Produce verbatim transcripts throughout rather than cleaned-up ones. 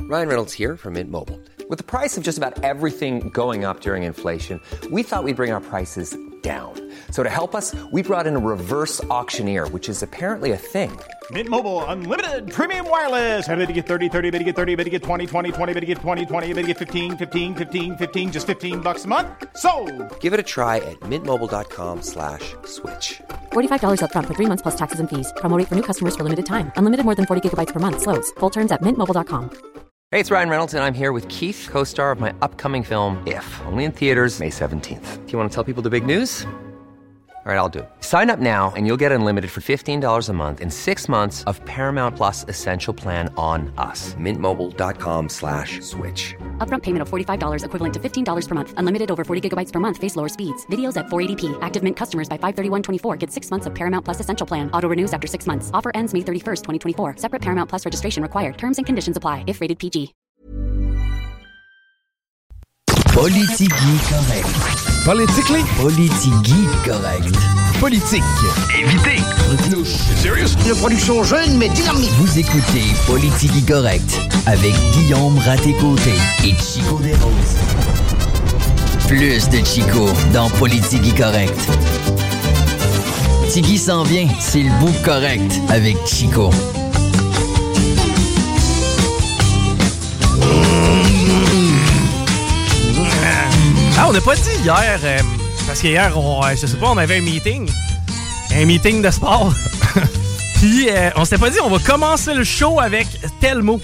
Ryan Reynolds here from Mint Mobile. With the price of just about everything going up during inflation, we thought we'd bring our prices down. So to help us, we brought in a reverse auctioneer, which is apparently a thing. Mint Mobile Unlimited Premium Wireless. How to get thirty, thirty, how to get thirty, how to get twenty, twenty, twenty, how to get twenty, twenty, how to get fifteen, fifteen, fifteen, fifteen, just fifteen bucks a month? Sold! Give it a try at mintmobile.com slash switch. forty-five dollars up front for three months plus taxes and fees. Promo rate for new customers for limited time. Unlimited more than forty gigabytes per month. Slows full terms at mint mobile dot com. Hey, it's Ryan Reynolds, and I'm here with Keith, co-star of my upcoming film, If, only in theaters May seventeenth. Do you want to tell people the big news? All right, I'll do it. Sign up now and you'll get unlimited for fifteen dollars a month and six months of Paramount Plus Essential Plan on us. Mintmobile.com slash switch. Upfront payment of forty-five dollars equivalent to fifteen dollars per month. Unlimited over forty gigabytes per month. Face lower speeds. Videos at four eighty p. Active Mint customers by five thirty-one twenty-four get six months of Paramount Plus Essential Plan. Auto renews after six months. Offer ends May thirty-first, twenty twenty-four. Separate Paramount Plus registration required. Terms and conditions apply if rated P G. Politique correct. Politically? Politique correct. Politique. Évitez. Serious? Une production jeune mais dynamique. Vous écoutez Politique correct avec Guillaume Raté-Côté et Chico Desroses. Plus de Chico dans Politique correct. Tiggy s'en vient, c'est le bout correct avec Chico. Ah, on n'a pas dit hier, euh, parce qu'hier, on, je sais pas, on avait un meeting. Un meeting de sport. Puis, euh, on s'était pas dit, on va commencer le show avec tel mot.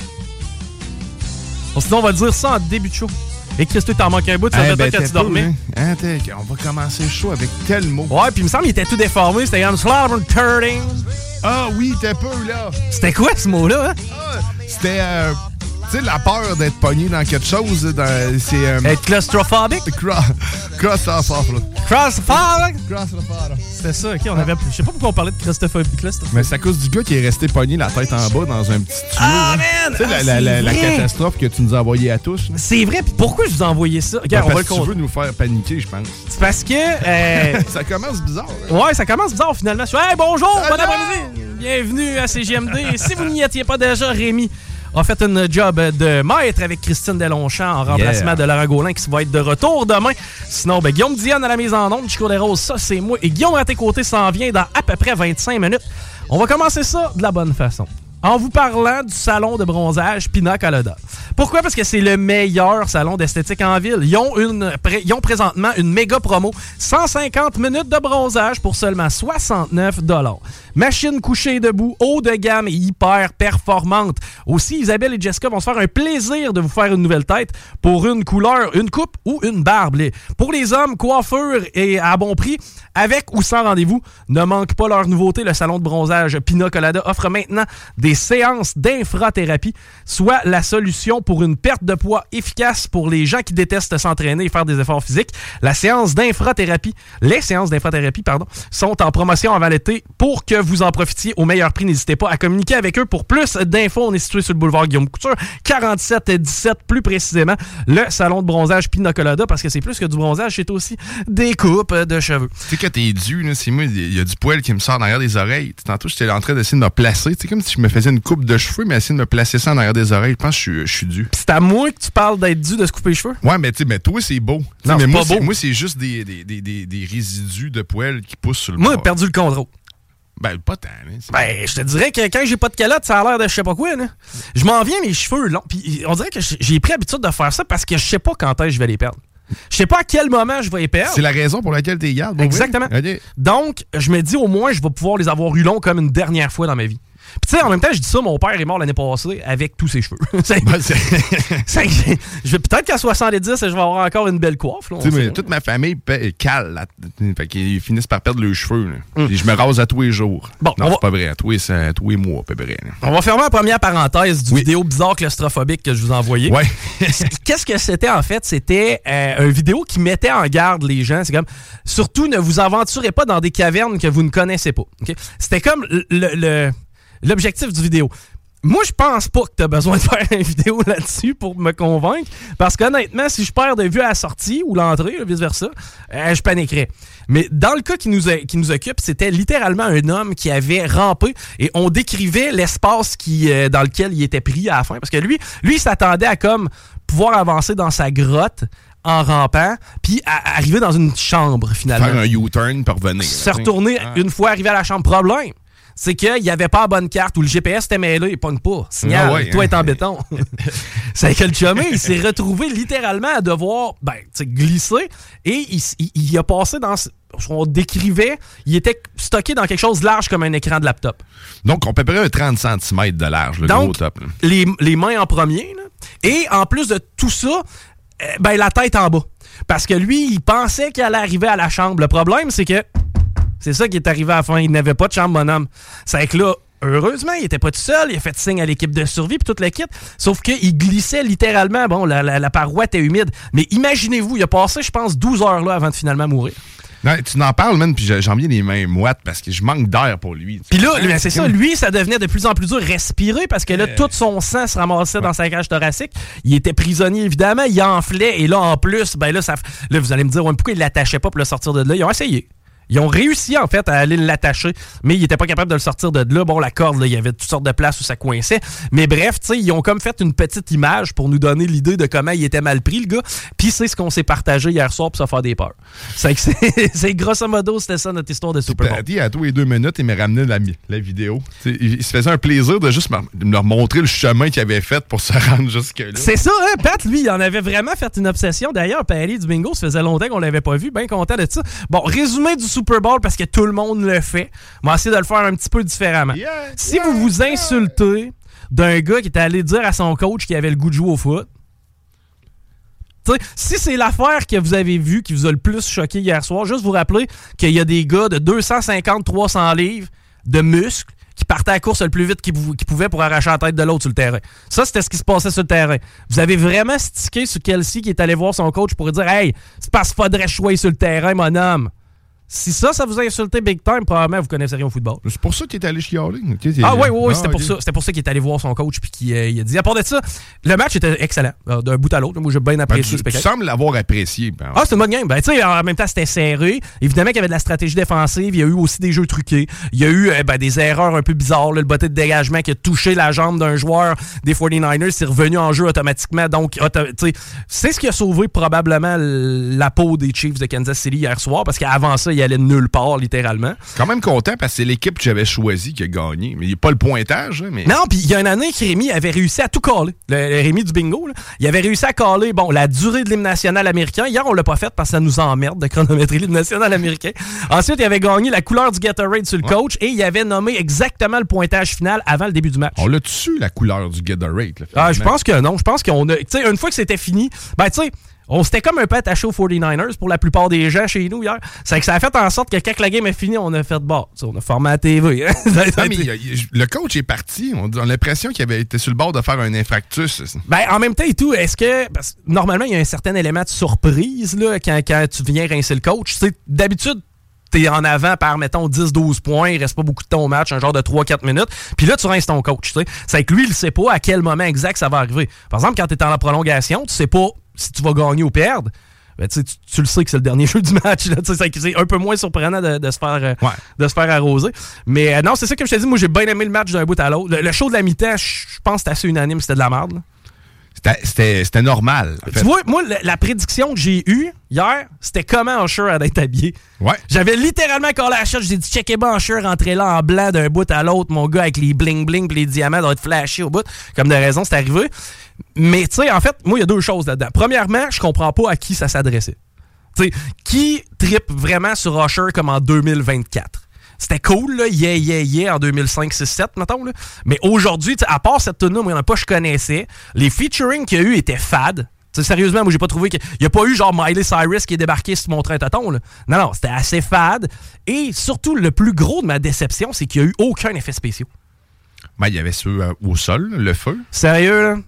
On s'est dit, on va dire ça en début de show. Et Christo, t'en manques un bout, tu savais peut-être que tu dormais. Hein, hein, on va commencer le show avec tel mot. Ouais, puis il me semble qu'il était tout déformé. C'était comme slobber turning. Ah oui, t'es peu, là. C'était quoi ce mot-là, hein? Ah, c'était... Euh... Tu sais, la peur d'être pogné dans quelque chose, dans, c'est... Euh, être claustrophobique? Claustrophobique. Claustrophobique? Claustrophobique. C'était ça, ok. On avait, je sais pas pourquoi on parlait de claustrophobie. Mais c'est à cause du gars qui est resté pogné la tête en bas dans un petit tuyau. Ah, hein. man! Tu sais, ah, la, la, la, la catastrophe que tu nous as envoyée à tous. Là. C'est vrai, puis pourquoi je vous ai envoyé ça? Regarde, ben, on va le tu veux nous faire paniquer, je pense. C'est parce que... Euh... ça commence bizarre. Hein? Ouais, ça commence bizarre, finalement. Je suis, hey, bonjour, bon après-midi! Bienvenue à C G M D. Si vous n'y étiez pas déjà, Rémi a fait une job de maître avec Christine Delonchamp en remplacement yeah. de Laurent Gaulin qui va être de retour demain. Sinon, ben, Guillaume Dionne à la mise en onde, Chico Desroses, ça c'est moi. Et Guillaume à tes côtés s'en vient dans à peu près vingt-cinq minutes. On va commencer ça de la bonne façon. En vous parlant du salon de bronzage Pina Colada. Pourquoi? Parce que c'est le meilleur salon d'esthétique en ville. Ils ont, une, ils ont présentement une méga promo. cent cinquante minutes de bronzage pour seulement soixante-neuf dollars. Machine couchée debout, haut de gamme et hyper performante. Aussi, Isabelle et Jessica vont se faire un plaisir de vous faire une nouvelle tête pour une couleur, une coupe ou une barbe. Pour les hommes, coiffure et à bon prix, avec ou sans rendez-vous. Ne manque pas leur nouveauté. Le salon de bronzage Pina Colada offre maintenant des séances d'infrathérapie, soit la solution pour une perte de poids efficace pour les gens qui détestent s'entraîner et faire des efforts physiques. La séance d'infrathérapie, les séances d'infrathérapie, pardon, sont en promotion avant l'été pour que vous en profitiez au meilleur prix. N'hésitez pas à communiquer avec eux pour plus d'infos. On est situé sur le boulevard Guillaume Couture, quarante-sept dix-sept plus précisément, le salon de bronzage Pina Colada, parce que c'est plus que du bronzage, c'est aussi des coupes de cheveux. Tu sais, quand t'es dû, là, c'est moi, il y a du poil qui me sort derrière des oreilles. T'sais, tantôt, j'étais en train d'essayer de me placer. C'est comme si je me faisais une coupe de cheveux, mais essayer de me placer ça en arrière des oreilles. Je pense que je, je suis dû. Pis c'est à moi que tu parles d'être dû de se couper les cheveux? Ouais, mais tu sais, mais toi, c'est beau. T'sais, non, mais c'est moi, pas c'est, beau. moi, c'est juste des, des, des, des, des résidus de poils qui poussent sur le moi, bord. Moi, j'ai perdu le contrôle. Ben, pas tant. Hein, ben, je te dirais que quand j'ai pas de calotte, ça a l'air de je sais pas quoi. Là. Je m'en viens les cheveux longs. Puis on dirait que j'ai pris l'habitude de faire ça parce que je sais pas quand est-ce que je vais les perdre. Je sais pas à quel moment je vais les perdre. C'est la raison pour laquelle tu les gardes. Exactement. Okay. Donc, je me dis au moins, je vais pouvoir les avoir eu longs comme une dernière fois dans ma vie. Puis tu sais, en même temps, je dis ça, mon père est mort l'année passée avec tous ses cheveux. c'est, ben, c'est... c'est, je vais, peut-être qu'à soixante-dix, je vais avoir encore une belle coiffe. Là, mais toute ma famille cale. Là, fait qu'ils finissent par perdre leurs cheveux. Là. Mm. Et je me rase à tous les jours. Bon, non, c'est va... pas vrai. À tous les, à tous les mois, à peu près. Là. On va fermer la première parenthèse du oui. vidéo bizarre claustrophobique que je vous ai envoyé. Ouais. Qu'est-ce que c'était en fait? C'était euh, une vidéo qui mettait en garde les gens. C'est comme, surtout, ne vous aventurez pas dans des cavernes que vous ne connaissez pas. Okay? C'était comme le... le L'objectif du vidéo. Moi, je pense pas que t'as besoin de faire une vidéo là-dessus pour me convaincre. Parce qu'honnêtement, si je perds de vue à la sortie ou l'entrée, vice-versa, euh, je paniquerais. Mais dans le cas qui nous, a, qui nous occupe, c'était littéralement un homme qui avait rampé et on décrivait l'espace qui, euh, dans lequel il était pris à la fin. Parce que lui, lui, il s'attendait à comme pouvoir avancer dans sa grotte en rampant, puis à, à arriver dans une chambre, finalement. Faire un U-turn pour revenir. Se retourner ah. une fois arrivé à la chambre. Problème, c'est qu'il n'y avait pas la bonne carte ou le G P S était mêlé, il pogne pas. Signal, ah ouais, toi hein. est en béton. C'est que le chumé, il s'est retrouvé littéralement à devoir ben, glisser et il, il, il a passé dans... On décrivait, il était stocké dans quelque chose de large comme un écran de laptop. Donc, on peut près un trente centimètres de large, le Donc, gros top. Les, les mains en premier, là, et en plus de tout ça, ben, la tête en bas. Parce que lui, il pensait qu'il allait arriver à la chambre. Le problème, c'est que c'est ça qui est arrivé à la fin. Il n'avait pas de chambre, bonhomme. C'est que là, heureusement, il était pas tout seul. Il a fait signe à l'équipe de survie puis toute la kit. Sauf qu'il glissait littéralement. Bon, la, la, la paroi était humide. Mais imaginez-vous, il a passé, je pense, douze heures là avant de finalement mourir. Non, tu n'en parles, man, puis j'en viens les mains moites parce que je manque d'air pour lui. Puis là, ben, c'est ça, lui, ça devenait de plus en plus dur respirer parce que là, tout son sang se ramassait dans sa cage thoracique. Il était prisonnier, évidemment, il enflait, et là, en plus, ben là, ça, là vous allez me dire, ouais, pourquoi il l'attachait pas pour le sortir de là? Ils ont essayé. Ils ont réussi, en fait, à aller l'attacher, mais ils n'étaient pas capables de le sortir de là. Bon, la corde, là, il y avait toutes sortes de places où ça coinçait. Mais bref, tu sais, ils ont comme fait une petite image pour nous donner l'idée de comment il était mal pris, le gars. Puis c'est ce qu'on s'est partagé hier soir pour se faire des peurs. C'est que c'est, c'est grosso modo, c'était ça notre histoire de Super Bowl. Dit à tous les deux minutes, il m'a ramené la, la vidéo. T'sais, il se faisait un plaisir de juste me, me montrer le chemin qu'il avait fait pour se rendre jusque-là. C'est ça, hein? Pat, lui, il en avait vraiment fait une obsession. D'ailleurs, Paris du bingo, ça faisait longtemps qu'on l'avait pas vu. Bien content de ça. Bon, résumé du Super Bowl parce que tout le monde le fait. On va essayer de le faire un petit peu différemment. Yeah, si yeah, vous vous insultez yeah. d'un gars qui est allé dire à son coach qu'il avait le goût de jouer au foot, t'sais, si c'est l'affaire que vous avez vue qui vous a le plus choqué hier soir, juste vous rappeler qu'il y a des gars de deux cent cinquante à trois cents livres de muscles qui partaient à la course le plus vite qu'ils, qu'ils pouvaient pour arracher la tête de l'autre sur le terrain. Ça, c'était ce qui se passait sur le terrain. Vous avez vraiment stické sur Kelsey qui est allé voir son coach pour dire « Hey, c'est parce qu'il faudrait choisir sur le terrain, mon homme. » Si ça, ça vous a insulté big time, probablement vous connaissez rien au football. C'est pour ça qu'il est allé chialer. Ah oui, oui, oui, c'était, ah, pour okay. ça. c'était pour ça qu'il est allé voir son coach puis qu'il euh, il a dit. À part de ça, le match était excellent, euh, d'un bout à l'autre. Moi, j'ai bien apprécié ben, tu, ce tu sembles l'avoir apprécié. Ben, ah, c'est une bonne game. Ben, tu sais, en même temps, c'était serré. Évidemment qu'il y avait de la stratégie défensive. Il y a eu aussi des jeux truqués. Il y a eu euh, ben, des erreurs un peu bizarres. Là, le botté de dégagement qui a touché la jambe d'un joueur des forty-niners. C'est revenu en jeu automatiquement. Donc, auto- c'est ce qui a sauvé probablement la peau des Chiefs de Kansas City hier soir parce qu'avant ça, il allait nulle part. Littéralement. Quand même content parce que c'est l'équipe que j'avais choisie qui a gagné. Mais il n'y a pas le pointage. Hein, mais... Non, puis il y a une année que Rémi avait réussi à tout caller. Le, le Rémi du bingo, là, il avait réussi à caller bon, la durée de l'hymne national américain. Hier, on l'a pas fait parce que ça nous emmerde de chronométrer l'hymne national américain. Ensuite, il avait gagné la couleur du Gatorade sur le ouais. coach et il avait nommé exactement le pointage final avant le début du match. On l'a dessus, la couleur du Gatorade? Là, ah, je pense que non. Je pense qu'on a... Tu sais, une fois que c'était fini, ben tu sais... On s'était comme un peu attaché aux forty-niners pour la plupart des gens chez nous hier. C'est que ça a fait en sorte que quand la game est finie, on a fait de bord. On a formé la T V. Hein? Non, mais il, il, le coach est parti. On a l'impression qu'il avait été sur le bord de faire un infarctus. Ben, en même temps et tout, est-ce que... Parce que normalement, il y a un certain élément de surprise là, quand, quand tu viens rincer le coach. T'sais, d'habitude, t'es en avant par, mettons, dix douze points, il reste pas beaucoup de temps au match, un genre de trois quatre minutes, puis là, tu rinces ton coach. T'sais. C'est que lui, il sait pas à quel moment exact ça va arriver. Par exemple, quand t'es en la prolongation, tu sais pas si tu vas gagner ou perdre. Ben, tu, tu le sais que c'est le dernier jeu du match. Là, c'est, c'est un peu moins surprenant de, de, se, faire, euh, ouais. de se faire arroser. Mais euh, non, c'est ça que je t'ai dit. Moi, j'ai bien aimé le match d'un bout à l'autre. Le, le show de la mi-temps, je pense que c'était assez unanime. C'était de la merde. Là. C'était, c'était, c'était normal. En fait. Tu vois, moi, la, la prédiction que j'ai eue hier, c'était comment Usher allait être habillé. Ouais. J'avais littéralement collé à la shot. J'ai dit, checkez bien Usher, rentrer là en blanc d'un bout à l'autre. Mon gars, avec les bling-bling et les diamants, doit être flashé au bout. Comme de raison, c'est arrivé. Mais tu sais, en fait, moi, il y a deux choses là-dedans. Premièrement, je comprends pas à qui ça s'adressait. Tu sais, qui trippe vraiment sur Usher comme en deux mille vingt-quatre? C'était cool, là, yeah, yeah, yeah, en deux mille cinq, six, sept, mettons, là. Mais aujourd'hui, à part cette tune-là, moi, il n'y en a pas que je connaissais. Les featuring qu'il y a eu étaient fades. T'sais, sérieusement, moi, j'ai pas trouvé qu'il n'y a pas eu genre Miley Cyrus qui est débarqué sur mon train tonton, là. Non, non, c'était assez fade. Et surtout, le plus gros de ma déception, c'est qu'il n'y a eu aucun effet spécial. Ben, il y avait ceux euh, au sol, le feu. Sérieux, là?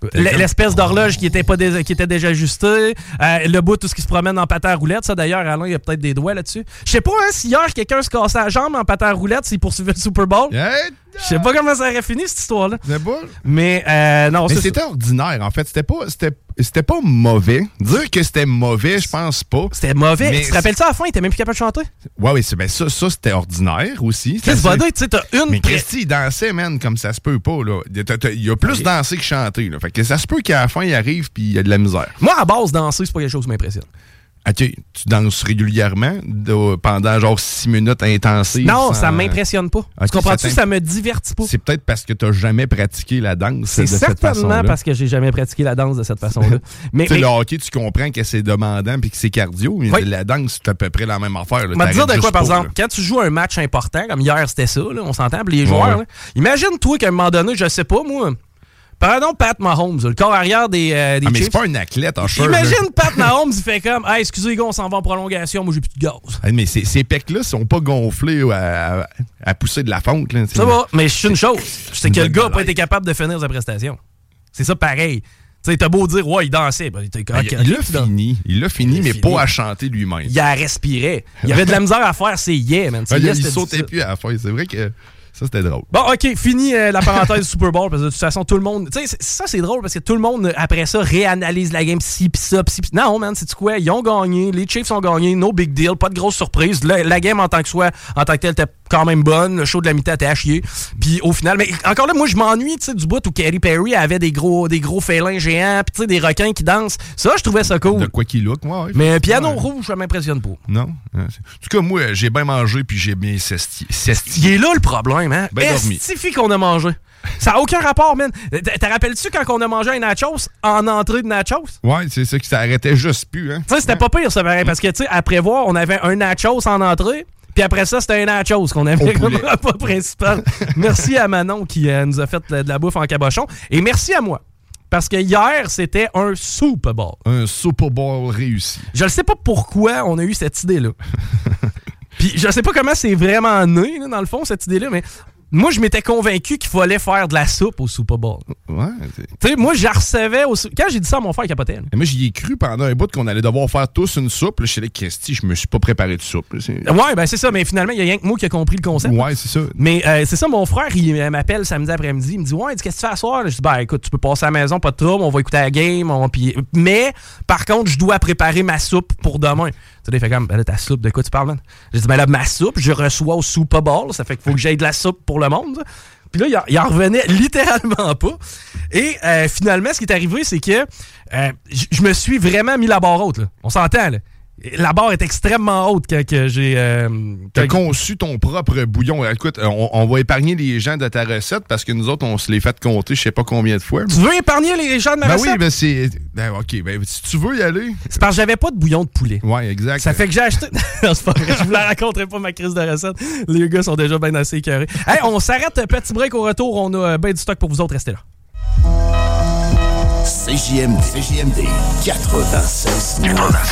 L'espèce d'horloge qui était, pas dé- qui était déjà ajustée. Euh, le bout, tout ce qui se promène en patin à roulette. Ça, d'ailleurs, Alain, il y a peut-être des doigts là-dessus. Je sais pas hein, si hier, quelqu'un se cassait la jambe en patin à roulette s'il poursuivait le Super Bowl. Yeah. Je sais pas comment ça aurait fini, cette histoire-là. C'est pas... Mais euh, non, Mais c'est c'était ça. ordinaire, en fait. C'était pas, c'était, c'était pas mauvais. Dire que c'était mauvais, je pense pas. C'était mauvais. Mais tu te rappelles ça à la fin? Il était même plus capable de chanter? Ouais, oui, c'est, ben ça, ça, c'était ordinaire aussi. Chris C'est Bodé, tu sais, t'as une... Mais pré- Christy, il dansait, man, comme ça se peut pas, là. Il y a, il y a plus Okay. dansé que chanté, là. Fait que ça se peut qu'à la fin, il arrive puis il y a de la misère. Moi, à base, danser, c'est pas quelque chose qui m'impressionne. OK, tu danses régulièrement de, pendant genre six minutes intensives? Non, sans... ça m'impressionne pas. Okay, tu comprends-tu? ça, Ça me divertit pas. C'est peut-être parce que t'as jamais pratiqué la danse C'est de cette certainement façon-là. parce que j'ai jamais pratiqué la danse de cette façon-là. Mais, Tu sais, mais le hockey, tu comprends que c'est demandant puis que c'est cardio, mais Oui. la danse, c'est à peu près la même affaire. je vais te dire de quoi, par exemple, quand tu joues un match important, comme hier, c'était ça, là, on s'entend, puis les joueurs, Ouais. là, imagine-toi qu'à un moment donné, je sais pas, moi, pardon, Pat Mahomes, le corps arrière des, euh, des Ah, mais Chiefs. c'est pas un athlète, en fait. Imagine Pat Mahomes, il fait comme, hey, excusez, les gars, on s'en va en prolongation, moi j'ai plus de gaz. Ah, mais ces, ces pecs-là sont pas gonflés ou à, à, à pousser de la fonte. Là, Ça va, mais je sais une chose, c'est que une le gars n'a belle pas été capable de finir sa prestation. C'est ça pareil. Tu sais, t'as beau dire, ouais, il dansait. Ben, il était Ah, correct. il il l'a Ok, tu danses. fini. Il l'a fini, Il l'a mais fini. pas à chanter lui-même. Il a respiré. Il y avait de la misère à faire ses yeah, man. Ses Ah, il yeah, il c'était sautait difficile. plus à la fin. C'est vrai que ça, c'était drôle. Bon, OK, fini euh, la parenthèse du Super Bowl, parce que de toute façon, tout le monde... Tu sais, c'est- ça, c'est drôle, parce que tout le monde, après ça, réanalyse la game, ci, pis ça, pis ci, pis... Non, man, c'est quoi? Ils ont gagné, les Chiefs ont gagné, no big deal, pas de grosse surprise. La, la game, en tant que soit, en tant que telle, était quand même bonne. Le show de la mi-temps était à chier. Puis au final... Mais encore là, moi, je m'ennuie, tu sais, du bout où Katy Perry avait des gros, des gros félins géants, pis tu sais, des requins qui dansent. Ça, je trouvais ça cool. De quoi qu'il look, moi. Ouais, Mais piano ouais. rouge, ça m'impressionne pas. Non. En tout cas, moi, j'ai bien mangé puis j'ai bien sesti. Il sesti. est là le problème, hein? Ben dormi. Estifie qu'on a mangé. Ça n'a aucun rapport, man. T- Te rappelles-tu quand on a mangé un nachos en entrée de nachos? Ouais, c'est ça que ça arrêtait juste plus, hein. Tu sais, c'était pas pire, ça, pareil, parce que, tu sais, à prévoir, on avait un nachos en entrée, puis après ça, c'était un nachos qu'on avait Au comme poulet. repas principal. Merci à Manon qui euh, nous a fait de la bouffe en cabochon. Et merci à moi. Parce que hier, c'était un Super Bowl. Un Super Bowl réussi. Je ne sais pas pourquoi on a eu cette idée-là. Puis je sais pas comment c'est vraiment né, là, dans le fond, cette idée-là, mais moi, je m'étais convaincu qu'il fallait faire de la soupe au Super Bowl. Ouais. c'est- Tu sais, moi, je recevais au... Quand j'ai dit ça à mon frère, il capotait. là. Et moi, j'y ai cru pendant un bout qu'on allait devoir faire tous une soupe. Là, je suis allé, Christy, je me suis pas préparé de soupe. là. C'est- Ouais, ben c'est ça, mais finalement, il y a rien que moi qui a compris le concept. Ouais, c'est ça. Mais euh, c'est ça, mon frère, il euh, m'appelle samedi après-midi. Il me dit, ouais, il dit, qu'est-ce que tu fais à soir? Je dis, ben écoute, tu peux passer à la maison, pas de trouble, on va écouter la game. On... Puis... Mais, par contre, je dois préparer ma soupe pour demain. Tu sais, il fait comme, ben là, ta soupe, de quoi tu parles, man? J'ai dit, ben là, ma soupe, je reçois au Super Bowl. Ça fait qu'il faut que j'aille de la soupe pour le monde. ça. Puis là, il en, il en revenait littéralement pas. Et euh, finalement, ce qui est arrivé, c'est que euh, j- je me suis vraiment mis la barre haute. Là. On s'entend, là. La barre est extrêmement haute quand que j'ai... Euh, T'as quand- conçu ton propre bouillon. Écoute, on, on va épargner les gens de ta recette parce que nous autres, on se les fait compter je sais pas combien de fois. Tu veux épargner les gens de ma Ben recette? oui, ben c'est... Ben OK, ben si tu veux y aller... C'est parce que j'avais pas de bouillon de poulet. Ouais, exact. Ça fait que j'ai acheté... non, c'est pas vrai. Je vous la raconterai pas, ma crise de recette. Les gars sont déjà bien assez écœurés. Hey, on s'arrête, petit break au retour. On a euh, ben du stock pour vous autres. Restez là. C J M D, C J M D quatre-vingt-seize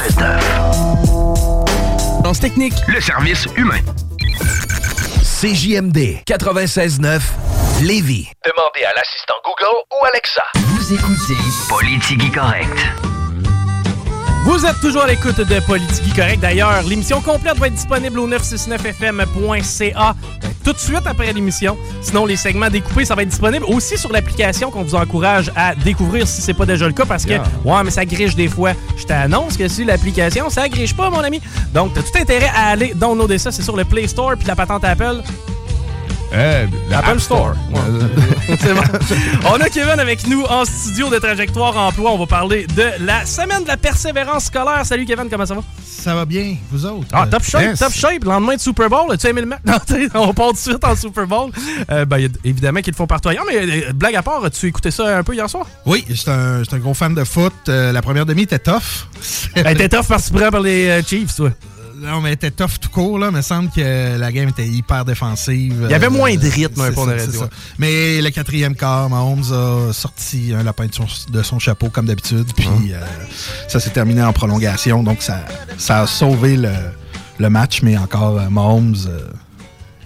Lance technique, le service humain. C J M D quatre-vingt-seize neuf Lévis. Demandez à l'assistant Google ou Alexa. Vous écoutez Politique Correct. Vous êtes toujours à l'écoute de Politique Correct. D'ailleurs, l'émission complète va être disponible au neuf cent soixante-neuf F M point C A euh, tout de suite après l'émission. Sinon, les segments découpés, ça va être disponible aussi sur l'application qu'on vous encourage à découvrir si c'est pas déjà le cas parce que, Yeah. ouais, mais ça griche des fois. Je t'annonce que sur l'application, ça griche pas, mon ami. Donc, t'as tout intérêt à aller downloader ça. C'est sur le Play Store puis la patente Apple. Euh, Apple App Store. Ouais. C'est bon. On a Kevin avec nous en studio de Trajectoire Emploi. On va parler de la semaine de la persévérance scolaire. Salut Kevin, comment ça va? Ça va bien, vous autres? Ah, top shape, yes. top shape. Lendemain de Super Bowl, as-tu aimé le match? Non, t'sais, on part tout de suite en Super Bowl. Euh, ben, y a- évidemment qu'ils le font partout ailleurs, mais euh, blague à part, as-tu écouté ça un peu hier soir? Oui, j'étais un, j'étais un gros fan de foot. Euh, la première demi était tough. Ben, t'es tough parce que tu prends par les euh, Chiefs, toi. Non, mais elle était tough tout court, là. Il me semble que la game était hyper défensive. Il y avait moins de rythme, un c'est peu, on ça, aurait c'est dit, ça. ouais. Mais le quatrième quart, Mahomes a sorti un lapin de son, de son chapeau, comme d'habitude. Puis euh, ça s'est terminé en prolongation. Donc, ça, ça a sauvé le, le match. Mais encore, euh, Mahomes... euh,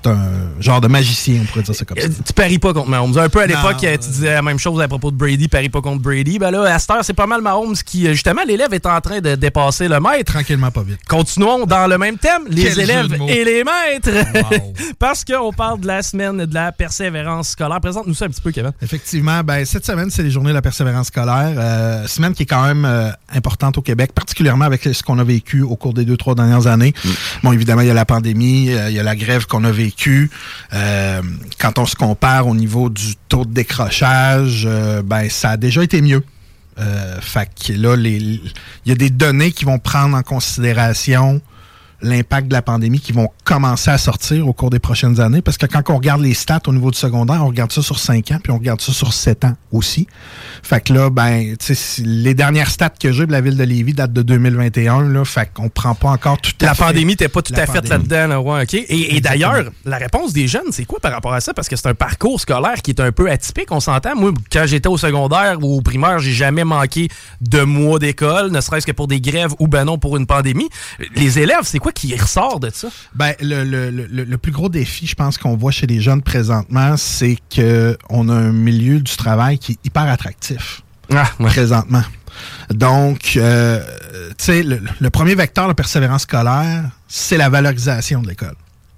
c'est un genre de magicien, on pourrait dire ça comme ça. Tu paries pas contre Mahomes. Un peu à l'époque, non, tu disais la même chose à propos de Brady, parie pas contre Brady. Ben là, à cette heure, c'est pas mal Mahomes qui, justement, l'élève est en train de dépasser le maître. Tranquillement, pas vite. Continuons dans le même thème, les Quel élèves et les maîtres. Wow. Parce qu'on parle de la semaine de la persévérance scolaire. Présente-nous ça un petit peu, Kevin. Effectivement, ben cette semaine, c'est les journées de la persévérance scolaire. Euh, semaine qui est quand même euh, importante au Québec, particulièrement avec ce qu'on a vécu au cours des deux, trois dernières années. Mm. Bon, évidemment, il y a la pandémie, euh, il y a la grève qu'on a vécue. Euh, quand on se compare au niveau du taux de décrochage, euh, ben ça a déjà été mieux. Euh, fait que là, il y a des données qui vont prendre en considération l'impact de la pandémie qui vont commencer à sortir au cours des prochaines années. Parce que quand on regarde les stats au niveau du secondaire, on regarde ça sur cinq ans, puis on regarde ça sur sept ans aussi. Fait que là, ben, tu sais, les dernières stats que j'ai de la ville de Lévis datent de deux mille vingt et un, là. Fait qu'on prend pas encore tout à la fait... La pandémie, t'es pas tout à fait pandémie. là-dedans, là. Ouais, OK. Et, et d'ailleurs, la réponse des jeunes, c'est quoi par rapport à ça? Parce que c'est un parcours scolaire qui est un peu atypique, on s'entend. Moi, quand j'étais au secondaire ou au primaire, j'ai jamais manqué de mois d'école, ne serait-ce que pour des grèves ou ben non pour une pandémie. Les élèves, c'est quoi qui ressort de ça? Ben, le, le, le, le plus gros défi, je pense, qu'on voit chez les jeunes présentement, c'est qu'on a un milieu du travail qui est hyper attractif. Ah, ouais. Présentement. Donc, euh, tu sais, le, le premier vecteur de persévérance scolaire, c'est la valorisation de l'école.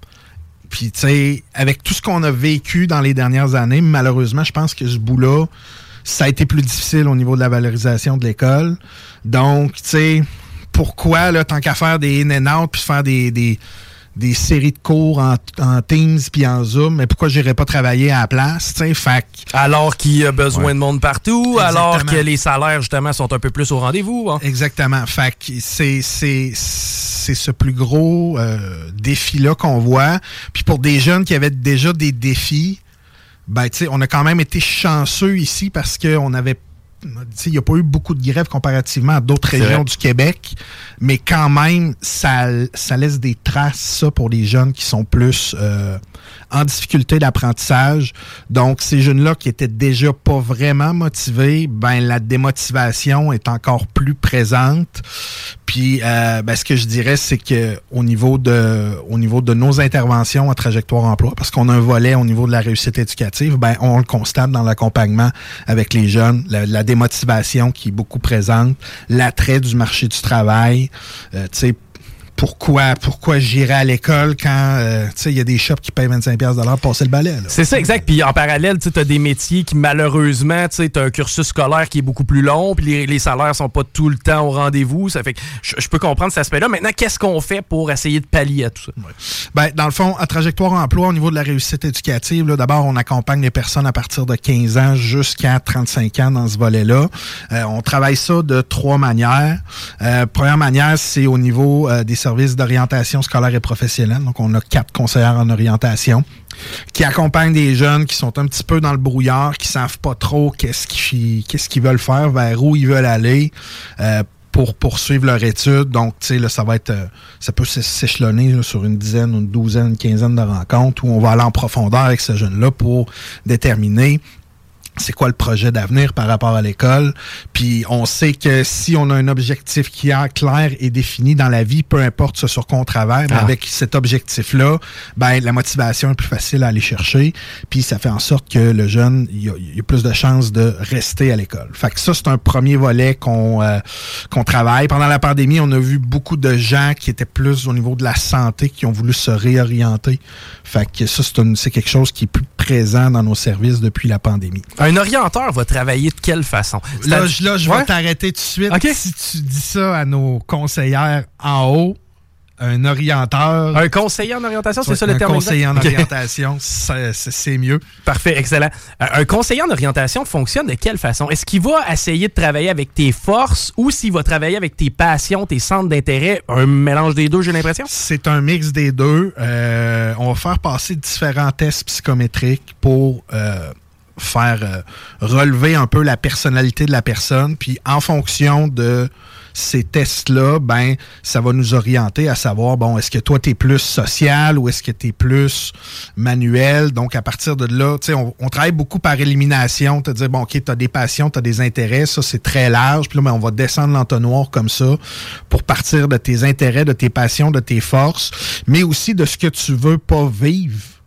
Puis, tu sais, avec tout ce qu'on a vécu dans les dernières années, malheureusement, je pense que ce bout-là, ça a été plus difficile au niveau de la valorisation de l'école. Donc, tu sais, pourquoi, là, tant qu'à faire des in and out puis faire des, des, des séries de cours en, en Teams puis en Zoom, mais pourquoi j'irais pas travailler à la place, tu sais, fait alors qu'il y a besoin ouais. de monde partout, Exactement. Alors que les salaires, justement, sont un peu plus au rendez-vous. Hein? Exactement. Fait que c'est, c'est, c'est ce plus gros euh, défi-là qu'on voit. Puis pour des jeunes qui avaient déjà des défis, ben, tu sais, on a quand même été chanceux ici parce qu'on avait il n'y a pas eu beaucoup de grèves comparativement à d'autres c'est régions vrai. Du Québec, mais quand même, ça, ça laisse des traces, ça, pour les jeunes qui sont plus euh, en difficulté d'apprentissage. Donc, ces jeunes-là qui étaient déjà pas vraiment motivés, ben la démotivation est encore plus présente. Puis, euh, ben, ce que je dirais, c'est que au niveau de, au niveau de nos interventions à Trajectoire Emploi, parce qu'on a un volet au niveau de la réussite éducative, ben on le constate dans l'accompagnement avec les jeunes, la, la démotivation qui est beaucoup présente, l'attrait du marché du travail, euh, tu sais, pourquoi pourquoi j'irais à l'école quand euh, tu sais il y a des shops qui payent vingt-cinq dollars de l'heure pour passer le balai là. C'est ça, exact. Puis en parallèle, tu as des métiers qui malheureusement, tu as un cursus scolaire qui est beaucoup plus long, puis les, les salaires sont pas tout le temps au rendez-vous. Ça fait que je peux comprendre cet aspect-là. Maintenant, qu'est-ce qu'on fait pour essayer de pallier à tout ça? Ouais. Ben, dans le fond, à Trajectoire Emploi, au niveau de la réussite éducative, là, d'abord, on accompagne les personnes à partir de quinze ans jusqu'à trente-cinq ans dans ce volet-là. Euh, on travaille ça de trois manières. Euh, première manière, c'est au niveau euh, des services d'orientation scolaire et professionnelle. Donc, on a quatre conseillères en orientation qui accompagnent des jeunes qui sont un petit peu dans le brouillard, qui savent pas trop qu'est-ce qu'ils, qu'est-ce qu'ils veulent faire, vers où ils veulent aller euh, pour poursuivre leur étude. Donc, tu sais, là, ça va être, euh, ça peut s'échelonner là, sur une dizaine, une douzaine, une quinzaine de rencontres où on va aller en profondeur avec ce jeune-là pour déterminer c'est quoi le projet d'avenir par rapport à l'école. Puis on sait que si on a un objectif qui est clair et défini dans la vie, peu importe ce sur quoi on travaille, ah. avec cet objectif-là, ben la motivation est plus facile à aller chercher. Puis ça fait en sorte que le jeune, il y a, il y a plus de chances de rester à l'école. Fait que ça, c'est un premier volet qu'on euh, qu'on travaille. Pendant la pandémie, on a vu beaucoup de gens qui étaient plus au niveau de la santé, qui ont voulu se réorienter. Fait que ça, c'est, une, c'est quelque chose qui est plus présent dans nos services depuis la pandémie. Un orienteur va travailler de quelle façon? Là, à... je, là, je ouais? vais t'arrêter tout de suite. Okay. Si tu dis ça à nos conseillères en haut, un orienteur... Un conseiller en orientation, c'est ça le un terme? Un conseiller exact? en orientation, c'est, c'est mieux. Parfait, excellent. Un conseiller en orientation fonctionne de quelle façon? Est-ce qu'il va essayer de travailler avec tes forces ou s'il va travailler avec tes passions, tes centres d'intérêt? Un mélange des deux, j'ai l'impression? C'est un mix des deux. Euh, on va faire passer différents tests psychométriques pour... Euh, faire euh, relever un peu la personnalité de la personne, puis en fonction de ces tests-là, ben ça va nous orienter à savoir, bon, est-ce que toi, t'es plus social ou est-ce que t'es plus manuel? Donc, à partir de là, tu sais, on, on travaille beaucoup par élimination, te dire, bon, OK, t'as des passions, t'as des intérêts, ça, c'est très large, puis là, ben, on va descendre l'entonnoir comme ça pour partir de tes intérêts, de tes passions, de tes forces, mais aussi de ce que tu veux pas vivre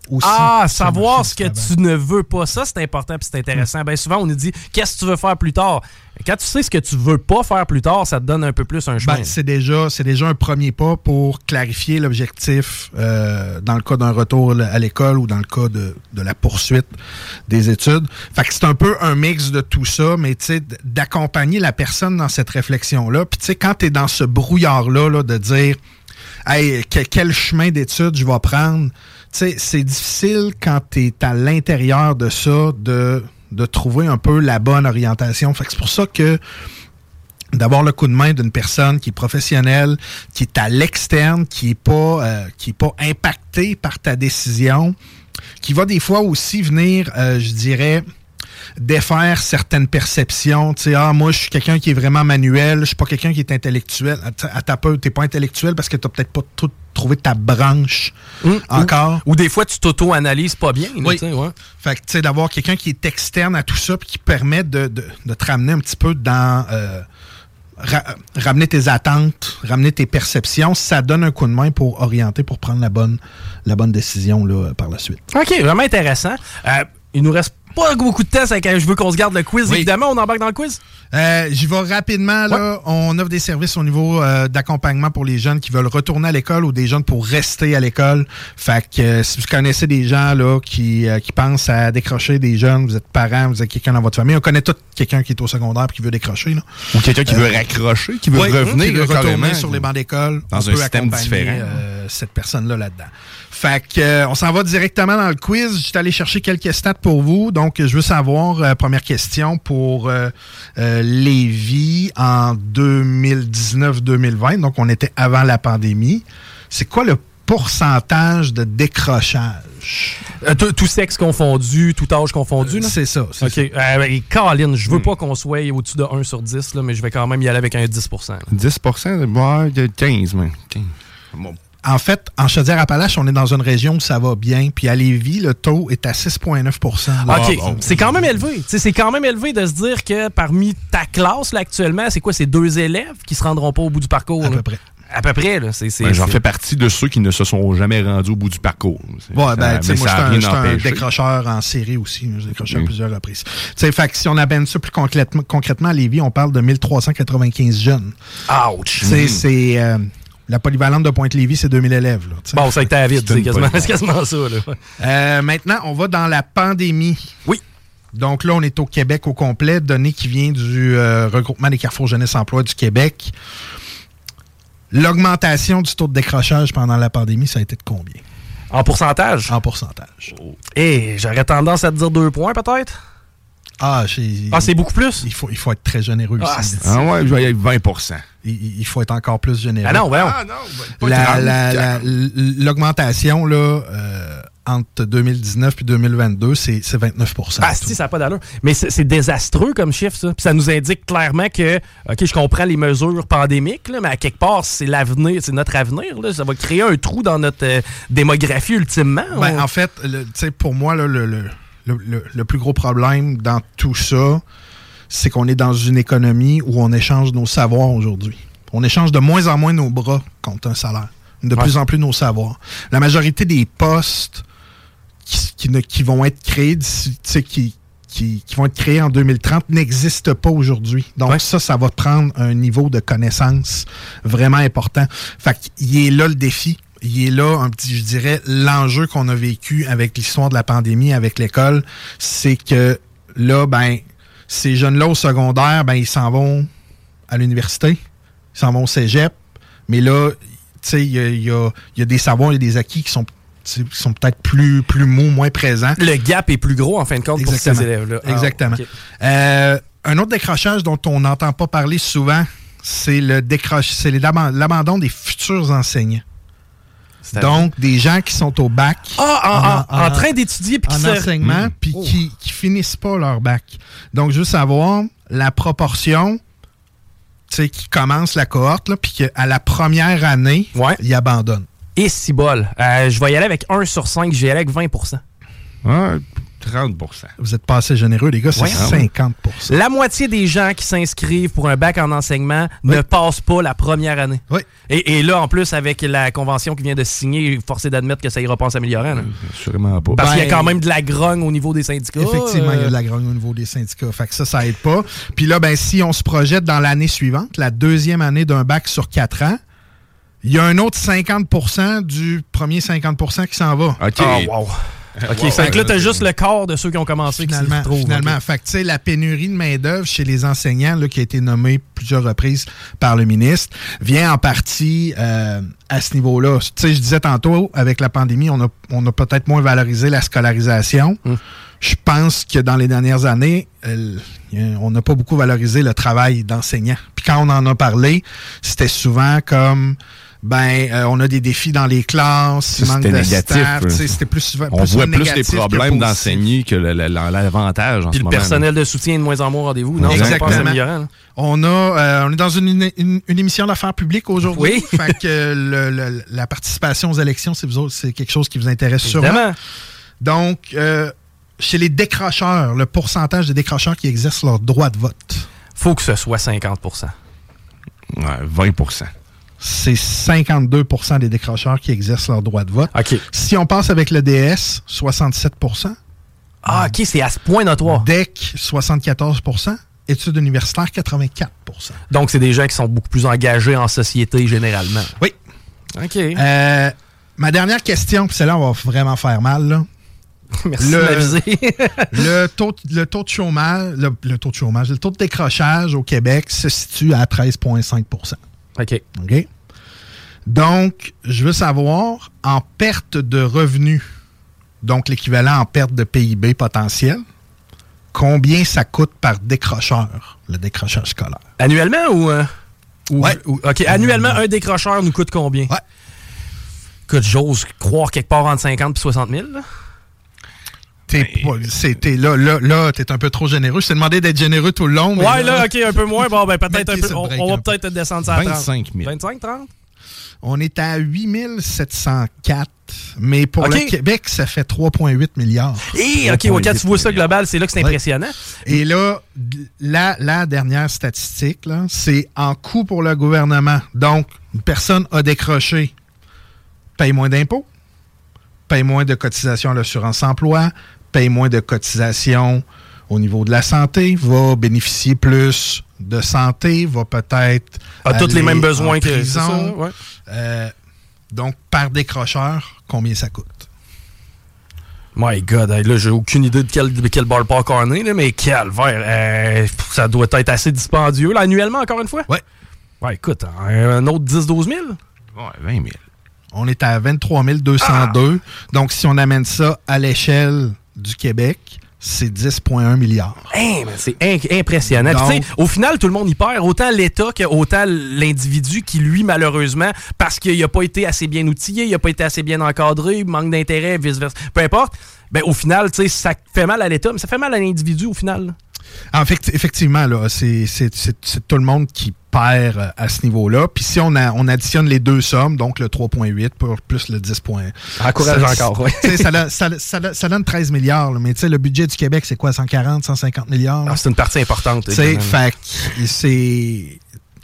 aussi. Ah, savoir ce que tu ne veux pas. Ça, c'est important et c'est intéressant. Mmh. Bien souvent, on nous dit, qu'est-ce que tu veux faire plus tard? Quand tu sais ce que tu veux pas faire plus tard, ça te donne un peu plus un chemin. Ben, c'est déjà, c'est déjà un premier pas pour clarifier l'objectif euh, dans le cas d'un retour à l'école ou dans le cas de, de la poursuite des études. Fait que c'est un peu un mix de tout ça, mais tu sais, d'accompagner la personne dans cette réflexion-là. Puis tu sais, quand tu es dans ce brouillard-là là, de dire hey, que, quel chemin d'études je vais prendre, tu sais, c'est difficile quand tu es à l'intérieur de ça de... de trouver un peu la bonne orientation. Fait que c'est pour ça que d'avoir le coup de main d'une personne qui est professionnelle, qui est à l'externe, qui est pas euh, qui est pas impactée par ta décision, qui va des fois aussi venir, euh, je dirais, défaire certaines perceptions. Tu sais, ah, moi, je suis quelqu'un qui est vraiment manuel, je suis pas quelqu'un qui est intellectuel. À ta peu, t'es pas intellectuel parce que t'as peut-être pas tout trouvé ta branche mmh, encore. Ou, ou des fois, tu t'auto-analyses pas bien. Oui. Là, ouais. Fait que, tu sais, d'avoir quelqu'un qui est externe à tout ça puis qui permet de, de, de te ramener un petit peu dans... Euh, ra- ramener tes attentes, ramener tes perceptions, ça donne un coup de main pour orienter, pour prendre la bonne, la bonne décision là, par la suite. OK, vraiment intéressant. Euh, il nous reste pas beaucoup de temps, c'est que je veux qu'on se garde le quiz. Oui. Évidemment, on embarque dans le quiz? Euh, j'y vais rapidement. Là. Ouais. On offre des services au niveau euh, d'accompagnement pour les jeunes qui veulent retourner à l'école ou des jeunes pour rester à l'école. Fait que euh, si vous connaissez des gens là qui, euh, qui pensent à décrocher des jeunes, vous êtes parents, vous êtes quelqu'un dans votre famille, on connaît tout quelqu'un qui est au secondaire et qui veut décrocher. Là. Ou quelqu'un qui euh, veut raccrocher, qui veut oui, revenir. Qui veut là, retourner sur les bancs d'école. Dans on un peut système différent. Euh, cette personne-là là-dedans. Fait que, euh, on s'en va directement dans le quiz. Je suis allé chercher quelques stats pour vous. Donc, je veux savoir, euh, première question, pour euh, euh, Lévis en deux mille dix-neuf deux mille vingt. Donc, on était avant la pandémie. C'est quoi le pourcentage de décrochage? Euh, tout sexe confondu, tout âge confondu, là? C'est ça. C'est OK. ça. Euh, et Colin, je veux hmm. pas qu'on soit au-dessus de un sur dix, là, mais je vais quand même y aller avec un dix pour cent. Là. dix pour cent? Ouais, quinze, mais quinze. Bon. En fait, en Chaudière-Appalaches, on est dans une région où ça va bien. Puis à Lévis, le taux est à six virgule neuf pour cent. Là. OK. Bon, c'est quand même élevé. T'sais, c'est quand même élevé de se dire que parmi ta classe, là, actuellement, c'est quoi? C'est deux élèves qui se rendront pas au bout du parcours? À là? peu près. À peu près, là. C'est, c'est, ben, j'en c'est... fais partie de ceux qui ne se sont jamais rendus au bout du parcours. C'est, ouais, ben, tu sais, moi, je suis un, un décrocheur en série aussi. J'ai décroché à plusieurs reprises. Tu sais, fait que si on amène ça plus concrètement, concrètement à Lévis, on parle de mille trois cent quatre-vingt-quinze jeunes. Ouch! Tu sais, mm. c'est... Euh, la polyvalente de Pointe-Lévis, c'est deux mille élèves. Là, bon, ça a été à vide, c'est quasiment, c'est quasiment ça. Là. Euh, maintenant, on va dans la pandémie. Oui. Donc là, on est au Québec au complet, données qui vient du euh, regroupement des Carrefour Jeunesse Emploi du Québec. L'augmentation du taux de décrochage pendant la pandémie, ça a été de combien? En pourcentage? En pourcentage. Oh. Eh, j'aurais tendance à te dire deux points, peut-être? Ah, c'est, ah, c'est beaucoup plus? Il faut, il faut être très généreux ah, aussi. Ah ouais, je vais y aller vingt pour cent. Il, il faut être encore plus généreux. Ah non, voyons. Ah non, pas la, la, la, l'augmentation, là, euh, entre deux mille dix-neuf et deux mille vingt-deux, c'est, c'est vingt-neuf pour cent. Ah, si, ça n'a pas d'allure. Mais c'est, c'est désastreux comme chiffre, ça. Puis ça nous indique clairement que, OK, je comprends les mesures pandémiques, là, mais à quelque part, c'est l'avenir, c'est notre avenir. Là. Ça va créer un trou dans notre euh, démographie, ultimement. Ben, on... En fait, le, pour moi, là, le... le Le, le, le plus gros problème dans tout ça, c'est qu'on est dans une économie où on échange nos savoirs aujourd'hui. On échange de moins en moins nos bras contre un salaire. De ouais. plus en plus nos savoirs. La majorité des postes qui, qui, ne, qui vont être créés d'ici, qui, qui, qui vont être créés en deux mille trente n'existent pas aujourd'hui. Donc ouais. ça, ça va prendre un niveau de connaissance vraiment important. Fait qu'il est là le défi. Il est là, un petit, je dirais, l'enjeu qu'on a vécu avec l'histoire de la pandémie, avec l'école, c'est que là, ben, ces jeunes-là au secondaire, ben, ils s'en vont à l'université, ils s'en vont au cégep, mais là, tu sais, il y a, y, a, y a des savoirs, il y a des acquis qui sont, qui sont peut-être plus, plus mous, moins présents. Le gap est plus gros, en fin de compte, Exactement. pour ces élèves-là. Ah, Exactement. Okay. Euh, un autre décrochage dont on n'entend pas parler souvent, c'est le décroche, c'est l'abandon des futurs enseignants. Donc, des gens qui sont au bac. Ah, en, en, en, en train d'étudier. En se... enseignement, mmh. puis oh. qui, qui finissent pas leur bac. Donc, je veux savoir la proportion, tu sais, qui commence la cohorte, puis qu'à la première année, ouais. ils abandonnent. Et si bol. Euh, je vais y aller avec un sur cinq, je vais y aller avec vingt pour cent. Ouais. trente pour cent. Vous êtes pas assez généreux, les gars, c'est ouais, cinquante pour cent. La moitié des gens qui s'inscrivent pour un bac en enseignement oui. ne passent pas la première année. Oui. Et, et là, en plus, avec la convention qui vient de se signer, forcé d'admettre que ça ira pas en s'améliorant. Là. Sûrement pas. Parce ben, qu'il y a quand même de la grogne au niveau des syndicats. Effectivement, euh... il y a de la grogne au niveau des syndicats. Fait que ça, ça aide pas. Puis là, ben si on se projette dans l'année suivante, la deuxième année d'un bac sur quatre ans, il y a un autre cinquante pour cent du premier cinquante pour cent qui s'en va. OK. Oh, wow. OK, wow, fait que là, t'as juste le quart de ceux qui ont commencé finalement, qui se retrouvent. Finalement, okay. Fait que tu sais, la pénurie de main-d'œuvre chez les enseignants, là, qui a été nommée plusieurs reprises par le ministre, vient en partie euh, à ce niveau-là. Tu sais, je disais tantôt, avec la pandémie, on a, on a peut-être moins valorisé la scolarisation. Hum. Je pense que dans les dernières années, euh, on n'a pas beaucoup valorisé le travail d'enseignant. Puis quand on en a parlé, c'était souvent comme... Ben, euh, on a des défis dans les classes, il manque de négatif, staff, euh, c'était plus souvent on plus voit plus les problèmes d'enseigner que le, le, l'avantage en Puis ce le moment. personnel de soutien est de moins en moins au rendez-vous. Non, exactement. Ça pas on a, euh, on est dans une, une, une émission d'affaires publiques aujourd'hui. Oui. Fait que le, le, la participation aux élections, c'est, vous autres, c'est quelque chose qui vous intéresse Évidemment. sûrement. Donc, euh, chez les décrocheurs, le pourcentage des décrocheurs qui exercent leur droit de vote. Faut que ce soit cinquante pour cent. Ouais, vingt pour cent. C'est cinquante-deux pour cent des décrocheurs qui exercent leur droit de vote. Okay. Si on passe avec le D S, soixante-sept pour cent. Ah, OK, c'est à ce point notoire. D E C, soixante-quatorze pour cent. Études universitaires, quatre-vingt-quatre pour cent. Donc, c'est des gens qui sont beaucoup plus engagés en société généralement. Oui. OK. Euh, ma dernière question, puis celle-là, on va vraiment faire mal, là. Merci le, de m'aviser. le, taux, le taux de chômage, le, le taux de chômage, le taux de décrochage au Québec se situe à treize virgule cinq pour cent. OK. OK. Donc, je veux savoir, en perte de revenus, donc l'équivalent en perte de P I B potentiel, combien ça coûte par décrocheur, le décrochage scolaire? Annuellement ou... Euh, ou ouais. Ou, OK, annuellement, un décrocheur nous coûte combien? Ouais. Écoute, j'ose croire quelque part entre cinquante et soixante mille, là. T'es, pas, c'est, t'es là, là, là, t'es un peu trop généreux. Je t'ai demandé d'être généreux tout le long. Mais ouais, là, là, OK, un peu moins. Bon, ben, peut-être un peu. On, on va peut-être descendre ça à trente. vingt-cinq mille. vingt-cinq, trente? On est à huit mille sept cent quatre. Mais pour okay. le Québec, ça fait trois virgule huit milliards. Et, OK, quand tu vois ça global, c'est là que c'est impressionnant. Ouais. Et là, la, la dernière statistique, là, c'est en coût pour le gouvernement. Donc, une personne a décroché, paye moins d'impôts, paye moins de cotisations à l'assurance-emploi, paye moins de cotisations au niveau de la santé, va bénéficier plus de santé, va peut-être a tous les mêmes besoins que prison. Ça, ouais. euh, donc, par décrocheur, combien ça coûte? My God, là, j'ai aucune idée de quel, de quel ballpark on est, là, mais calvaire, euh, ça doit être assez dispendieux, là, annuellement, encore une fois? Ouais. Ouais, écoute, un autre dix à douze mille? Ouais, vingt mille. On est à vingt-trois mille deux cent deux. Ah. Donc, si on amène ça à l'échelle du Québec, c'est dix virgule un milliards. Hey, mais c'est in- impressionnant. Donc, Puis, au final, tout le monde y perd. Autant l'État qu'autant l'individu qui, lui, malheureusement, parce qu'il n'a pas été assez bien outillé, il n'a pas été assez bien encadré, manque d'intérêt, vice-versa, peu importe, ben, au final, ça fait mal à l'État, mais ça fait mal à l'individu, au final. En fait, effectivement, là, c'est, c'est, c'est, c'est tout le monde qui perd à ce niveau-là. Puis si on, a, on additionne les deux sommes, donc le trois virgule huit plus le dix virgule un. Encourage encore, oui. ça, ça, ça, ça donne treize milliards. Là, mais le budget du Québec, c'est quoi, cent quarante, cent cinquante milliards? Ah, c'est une partie importante. Fait que c'est...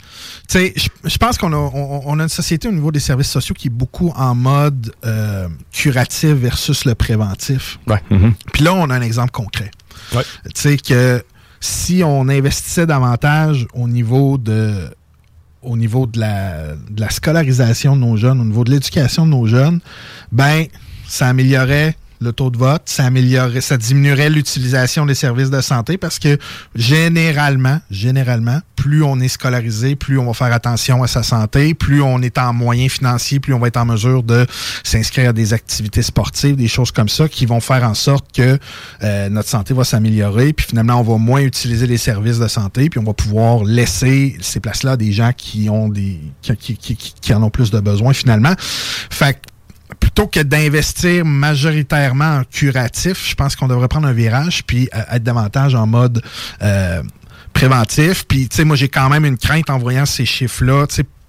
Je pense qu'on a, on, on a une société au niveau des services sociaux qui est beaucoup en mode euh, curatif versus le préventif. Ouais. Mm-hmm. Puis là, on a un exemple concret. Ouais. Tu sais que si on investissait davantage au niveau de au niveau de la, de la scolarisation de nos jeunes, au niveau de l'éducation de nos jeunes, ben ça améliorerait le taux de vote, ça améliorerait, ça diminuerait l'utilisation des services de santé parce que généralement, généralement, plus on est scolarisé, plus on va faire attention à sa santé, plus on est en moyens financiers, plus on va être en mesure de s'inscrire à des activités sportives, des choses comme ça qui vont faire en sorte que euh, notre santé va s'améliorer, puis finalement on va moins utiliser les services de santé, puis on va pouvoir laisser ces places-là à des gens qui ont des qui, qui, qui, qui en ont plus de besoins finalement. Fait que plutôt que d'investir majoritairement en curatif, je pense qu'on devrait prendre un virage puis euh, être davantage en mode euh, préventif. Puis, tu sais, moi, j'ai quand même une crainte en voyant ces chiffres-là, tu sais,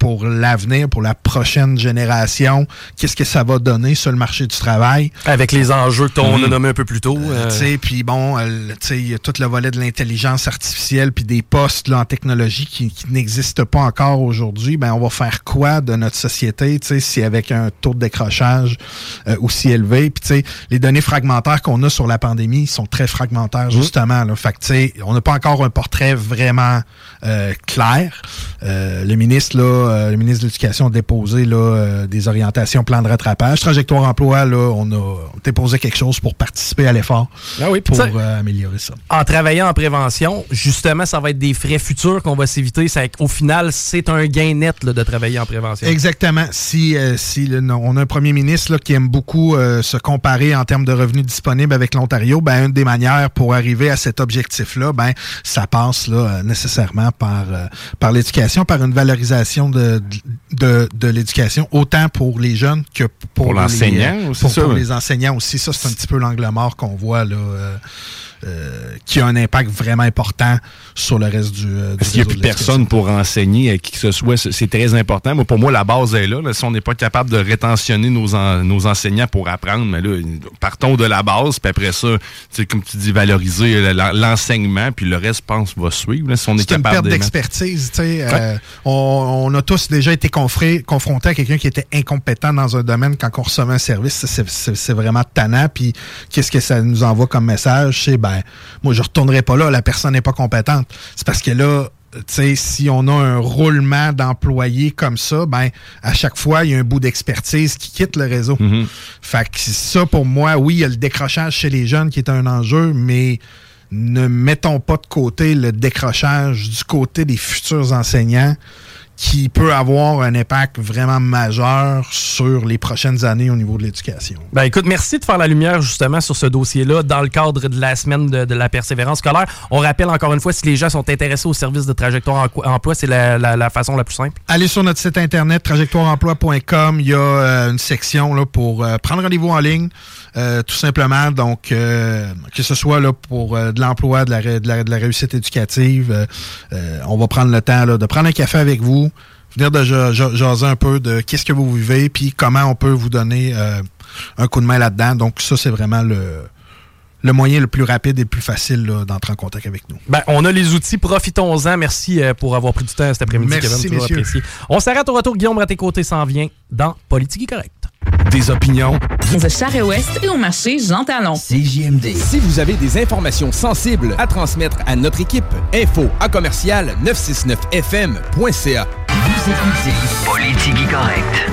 pour l'avenir, pour la prochaine génération, qu'est-ce que ça va donner sur le marché du travail. Avec les enjeux qu'on mmh. a nommés un peu plus tôt. Euh... Tu sais, puis bon, euh, tu sais, il y a tout le volet de l'intelligence artificielle puis des postes là, en technologie qui, qui n'existent pas encore aujourd'hui. Ben, on va faire quoi de notre société, tu sais, si avec un taux de décrochage euh, aussi élevé. Puis tu sais, les données fragmentaires qu'on a sur la pandémie sont très fragmentaires, mmh. justement. Là. Fait que tu sais, on n'a pas encore un portrait vraiment euh, clair. Euh, le ministre, là, euh, le ministre de l'Éducation a déposé là, euh, des orientations, plan de rattrapage. Trajectoire emploi, là, on a déposé quelque chose pour participer à l'effort ah oui, pour euh, améliorer ça. En travaillant en prévention, justement, ça va être des frais futurs qu'on va s'éviter. Ça, au final, c'est un gain net là, de travailler en prévention. Exactement. Si, euh, si là, on a un premier ministre là, qui aime beaucoup euh, se comparer en termes de revenus disponibles avec l'Ontario, ben, une des manières pour arriver à cet objectif-là, ben, ça passe là, nécessairement par, euh, par l'éducation, par une valorisation de, de, de l'éducation, autant pour les jeunes que pour, pour l'enseignant les, aussi. Pour, ça, pour ouais. les enseignants aussi. Ça, c'est un petit peu l'angle mort qu'on voit là. Euh, Euh, qui a un impact vraiment important sur le reste du, euh, du Parce qu'il n'y a plus personne pour enseigner à qui que ce soit. C'est très important. Moi, pour moi, la base est là. là. Si on n'est pas capable de rétentionner nos, en, nos enseignants pour apprendre, mais là, partons de la base, puis après ça, comme tu dis, valoriser l'enseignement, puis le reste, je pense, va suivre. Là, si on est, est capable une perte d'expertise. Ouais. Euh, on, on a tous déjà été confrés, confrontés à quelqu'un qui était incompétent dans un domaine quand on recevait un service. C'est vraiment tannant. Puis qu'est-ce que ça nous envoie comme message? C'est ben, moi, je ne retournerai pas là, la personne n'est pas compétente. C'est parce que là, tu sais, si on a un roulement d'employés comme ça, ben, à chaque fois, il y a un bout d'expertise qui quitte le réseau. Mm-hmm. Fait que ça, pour moi, oui, il y a le décrochage chez les jeunes qui est un enjeu, mais ne mettons pas de côté le décrochage du côté des futurs enseignants qui peut avoir un impact vraiment majeur sur les prochaines années au niveau de l'éducation. Ben écoute, merci de faire la lumière justement sur ce dossier-là dans le cadre de la semaine de, de la persévérance scolaire. On rappelle encore une fois, si les gens sont intéressés au service de Trajectoire Emploi, c'est la, la, la façon la plus simple. Allez sur notre site internet trajectoire emploi point com, il y a euh, une section là, pour euh, prendre rendez-vous en ligne, euh, tout simplement. Donc, euh, que ce soit là, pour euh, de l'emploi, de la, de, la, de la réussite éducative, euh, euh, on va prendre le temps là, de prendre un café avec vous, venir de jaser un peu de qu'est-ce que vous vivez, puis comment on peut vous donner euh, un coup de main là-dedans. Donc ça, c'est vraiment le, le moyen le plus rapide et le plus facile là, d'entrer en contact avec nous. Ben, on a les outils, profitons-en. Merci euh, pour avoir pris du temps cet après-midi, Merci, Kevin. Messieurs. Apprécié. On s'arrête au retour. Guillaume Raté-Côté s'en vient dans Politique correcte. Des opinions. De Charest-Ouest et au marché Jean Talon. C J M D. Si vous avez des informations sensibles à transmettre à notre équipe, info à commercial neuf cent soixante-neuf F M point C A. Vous écoutez Politique correcte.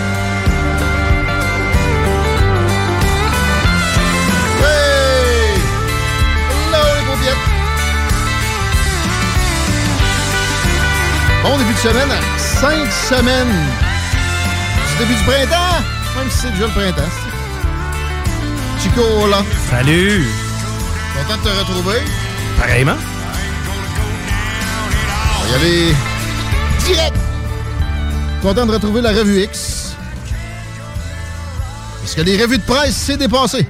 Hey! Hello les paupiètes! Bon début de semaine, cinq semaines du début du printemps, même si c'est déjà le printemps. Chico là. Salut! Content de te retrouver. Pareillement. On va y aller direct. Content de retrouver la revue X. Parce que les revues de presse, c'est dépassé.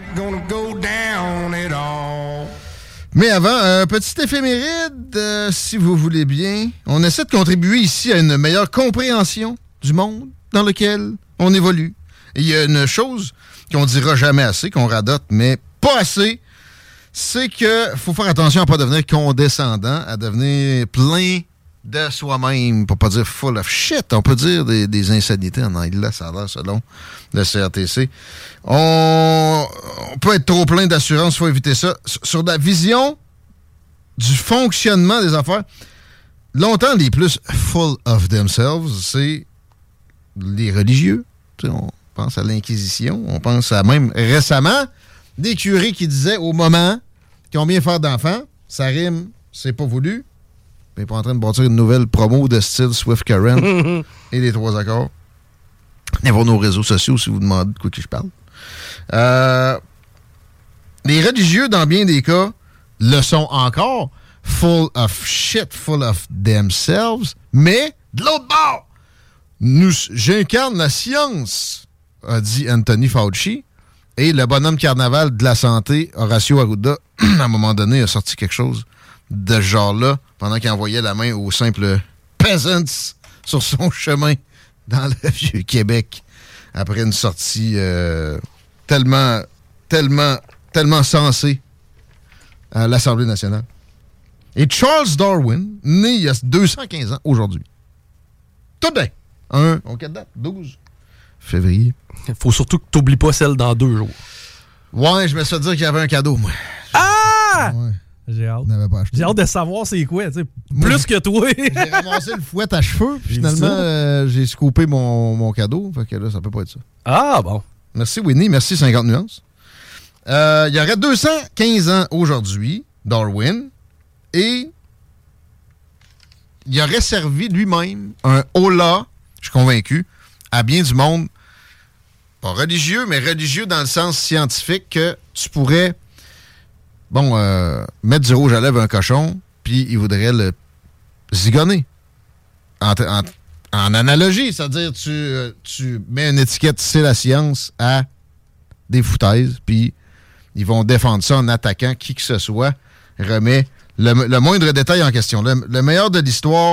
Mais avant, un petit éphéméride, euh, si vous voulez bien. On essaie de contribuer ici à une meilleure compréhension du monde dans lequel on évolue. Et il y a une chose qu'on dira jamais assez, qu'on radote, mais pas assez, c'est que faut faire attention à pas devenir condescendant, à devenir plein de soi-même, pour pas dire full of shit. On peut dire des, des insanités en anglais, ça a l'air selon le C R T C. On, on peut être trop plein d'assurance, il faut éviter ça. Sur la vision du fonctionnement des affaires, longtemps, les plus full of themselves, c'est les religieux. T'sais, on pense à l'Inquisition, on pense à même récemment des curés qui disaient au moment combien faire d'enfants, ça rime, c'est pas voulu. Mais pas en train de bâtir une nouvelle promo de style Swift Current et les trois accords. Venez voir nos réseaux sociaux si vous demandez de quoi que je parle. Euh, les religieux, dans bien des cas, le sont encore, full of shit, full of themselves, mais de l'autre bord, nous, j'incarne la science, a dit Anthony Fauci, et le bonhomme carnaval de la santé, Horacio Arruda, à un moment donné, a sorti quelque chose de ce genre-là, pendant qu'il envoyait la main aux simples peasants sur son chemin dans le Vieux-Québec après une sortie euh, tellement, tellement, tellement sensée à l'Assemblée nationale. Et Charles Darwin, né il y a deux cent quinze ans aujourd'hui. Tout bien. Un, on quelle date? douze février. Faut surtout que t'oublies pas celle dans deux jours. Ouais, je me suis fait dire qu'il y avait un cadeau, moi. Ah! Ouais. J'ai hâte. Pas J'ai hâte de savoir c'est quoi, tu sais. Plus que toi. J'ai ramassé le fouet à cheveux, puis finalement, euh, j'ai scoopé mon, mon cadeau. Fait que là, ça peut pas être ça. Ah, bon. Merci, Winnie. Merci, cinquante nuances. Euh, il y aurait deux cent quinze ans aujourd'hui, Darwin, et il aurait servi lui-même un holà, je suis convaincu, à bien du monde, pas religieux, mais religieux dans le sens scientifique, que tu pourrais, bon, euh, mettre du rouge à lèvres à un cochon, puis il voudrait le zigonner. En, en, en analogie, c'est-à-dire tu, euh, tu mets une étiquette « c'est la science » à des foutaises, puis ils vont défendre ça en attaquant qui que ce soit, remet le, le moindre détail en question. Le, le meilleur de l'histoire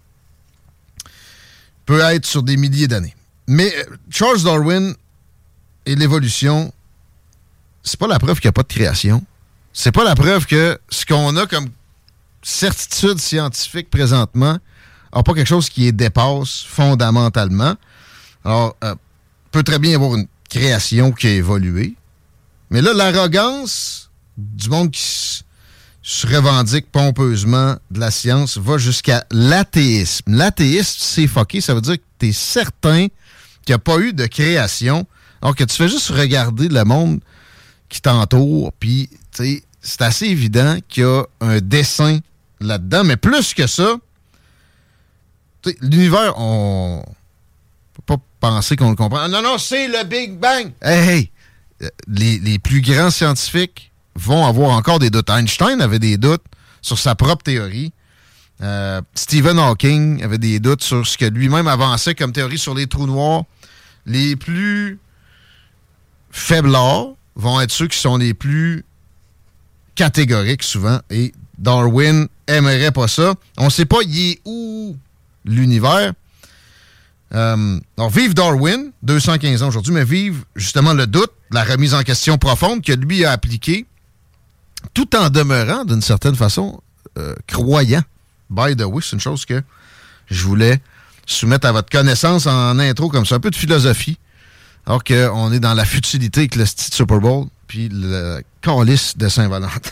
peut être sur des milliers d'années. Mais Charles Darwin et l'évolution, c'est pas la preuve qu'il n'y a pas de création. C'est pas la preuve que ce qu'on a comme certitude scientifique présentement n'a pas quelque chose qui les dépasse fondamentalement. Alors, euh, peut très bien y avoir une création qui a évolué. Mais là, l'arrogance du monde qui se revendique pompeusement de la science va jusqu'à l'athéisme. L'athéisme, c'est fucké. Ça veut dire que tu es certain qu'il n'y a pas eu de création. Alors que tu fais juste regarder le monde qui t'entoure, puis c'est assez évident qu'il y a un dessin là-dedans. Mais plus que ça, l'univers, on peut pas penser qu'on le comprend. Non, non, c'est le Big Bang! Hey, hey! Les, les plus grands scientifiques vont avoir encore des doutes. Einstein avait des doutes sur sa propre théorie. Euh, Stephen Hawking avait des doutes sur ce que lui-même avançait comme théorie sur les trous noirs. Les plus faiblards vont être ceux qui sont les plus catégoriques souvent. Et Darwin aimerait pas ça. On ne sait pas il est où l'univers. Euh, alors, vive Darwin, deux cent quinze ans aujourd'hui, mais vive justement le doute, la remise en question profonde que lui a appliquée, tout en demeurant, d'une certaine façon, euh, croyant. By the way, c'est une chose que je voulais soumettre à votre connaissance en intro, comme ça, un peu de philosophie, alors qu'on est dans la futilité avec le style Super Bowl, puis le calice de Saint-Valentin.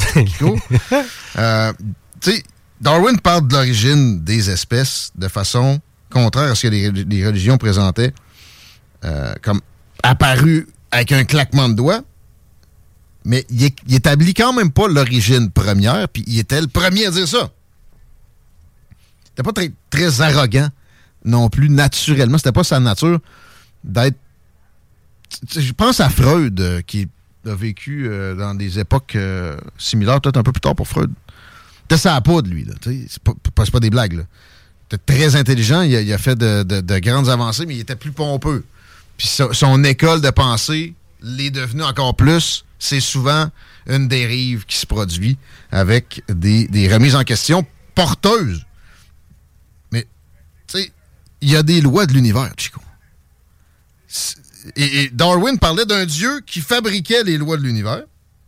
euh, tu sais, Darwin parle de l'origine des espèces de façon contraire à ce que les, les religions présentaient euh, comme apparu avec un claquement de doigts, mais il, est, il établit quand même pas l'origine première, puis il était le premier à dire ça. Il n'était pas très, très arrogant non plus, naturellement. C'était pas sa nature d'être... Je pense à Freud, euh, qui a vécu euh, dans des époques euh, similaires, peut-être un peu plus tard pour Freud. C'était ça à poudre, lui. Là. C'est pas, pas, c'est pas des blagues, là. Il était très intelligent, il a, il a fait de, de, de grandes avancées, mais il était plus pompeux. Puis so, son école de pensée l'est devenue encore plus. C'est souvent une dérive qui se produit avec des, des remises en question porteuses. Mais, tu sais, il y a des lois de l'univers, Chico. Et, et Darwin parlait d'un dieu qui fabriquait les lois de l'univers.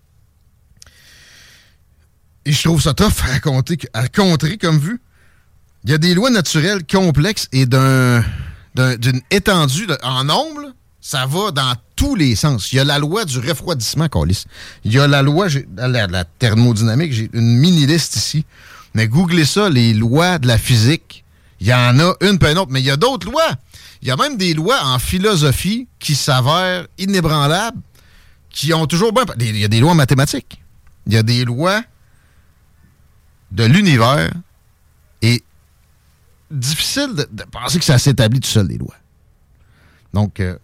Et je trouve ça tough à, compter, à contrer comme vue. Il y a des lois naturelles complexes et d'un, d'un, d'une étendue là, en nombre, là, ça va dans tous les sens. Il y a la loi du refroidissement, câlisse. Il y a la loi j'ai, la, la thermodynamique. J'ai une mini-liste ici. Mais googlez ça, les lois de la physique. Il y en a une puis une autre. Mais il y a d'autres lois. Il y a même des lois en philosophie qui s'avèrent inébranlables, qui ont toujours... Ben, il y a des lois mathématiques. Il y a des lois de l'univers et difficile de, de penser que ça s'établit tout seul, des lois. Donc, euh,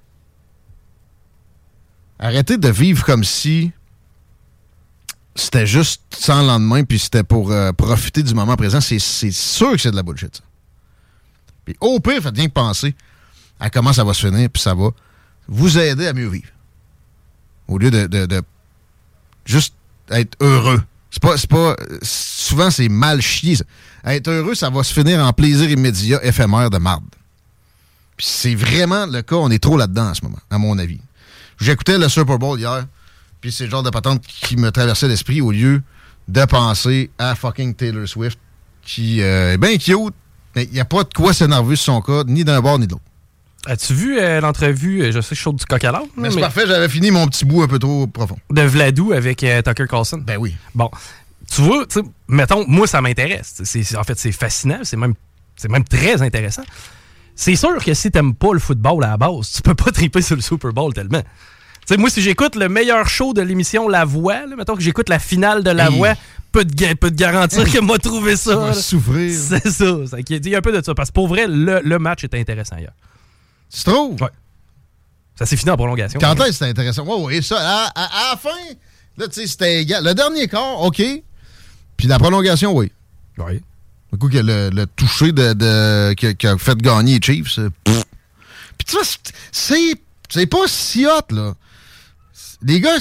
arrêtez de vivre comme si c'était juste sans lendemain puis c'était pour euh, profiter du moment présent. C'est, c'est sûr que c'est de la bullshit, ça. Puis au pire, faites bien que penser à comment ça va se finir puis ça va vous aider à mieux vivre. Au lieu de, de, de juste être heureux C'est pas, c'est pas... Souvent, c'est mal chié, ça. Être heureux, ça va se finir en plaisir immédiat éphémère de marde. Puis c'est vraiment le cas, on est trop là-dedans en ce moment, à mon avis. J'écoutais le Super Bowl hier, puis c'est le genre de patente qui me traversait l'esprit au lieu de penser à fucking Taylor Swift, qui euh, est bien cute, mais il n'y a pas de quoi s'énerver sur son cas, ni d'un bord ni de l'autre. As-tu vu euh, l'entrevue, je sais, chaude du coq à l'âne? Mais c'est mais... parfait, j'avais fini mon petit bout un peu trop profond. De Vladou avec euh, Tucker Carlson? Ben oui. Bon, tu vois, tu sais, mettons, moi, ça m'intéresse. C'est, c'est, en fait, c'est fascinant, c'est même, c'est même très intéressant. C'est sûr que si t'aimes pas le football à la base, tu peux pas triper sur le Super Bowl tellement. Tu sais, moi, si j'écoute le meilleur show de l'émission La Voix, là, mettons que j'écoute la finale de La hey. Voix, peut te, peut te garantir que moi trouvé ça. Va souffrir. C'est ça. Il y a un peu de ça. Parce que pour vrai, le, le match était intéressant hier. Tu trouves? Ouais. Ça s'est fini en prolongation. Quand est-ce que c'était intéressant? Oui, oui, ça. À, à, à la fin, là, tu sais, c'était égal. Le dernier quart, OK. Puis la prolongation, oui. Oui. Du coup, le, le toucher de, de, qui, qui a fait gagner les Chiefs. Puis tu vois, c'est, c'est pas si hot, là. Les gars...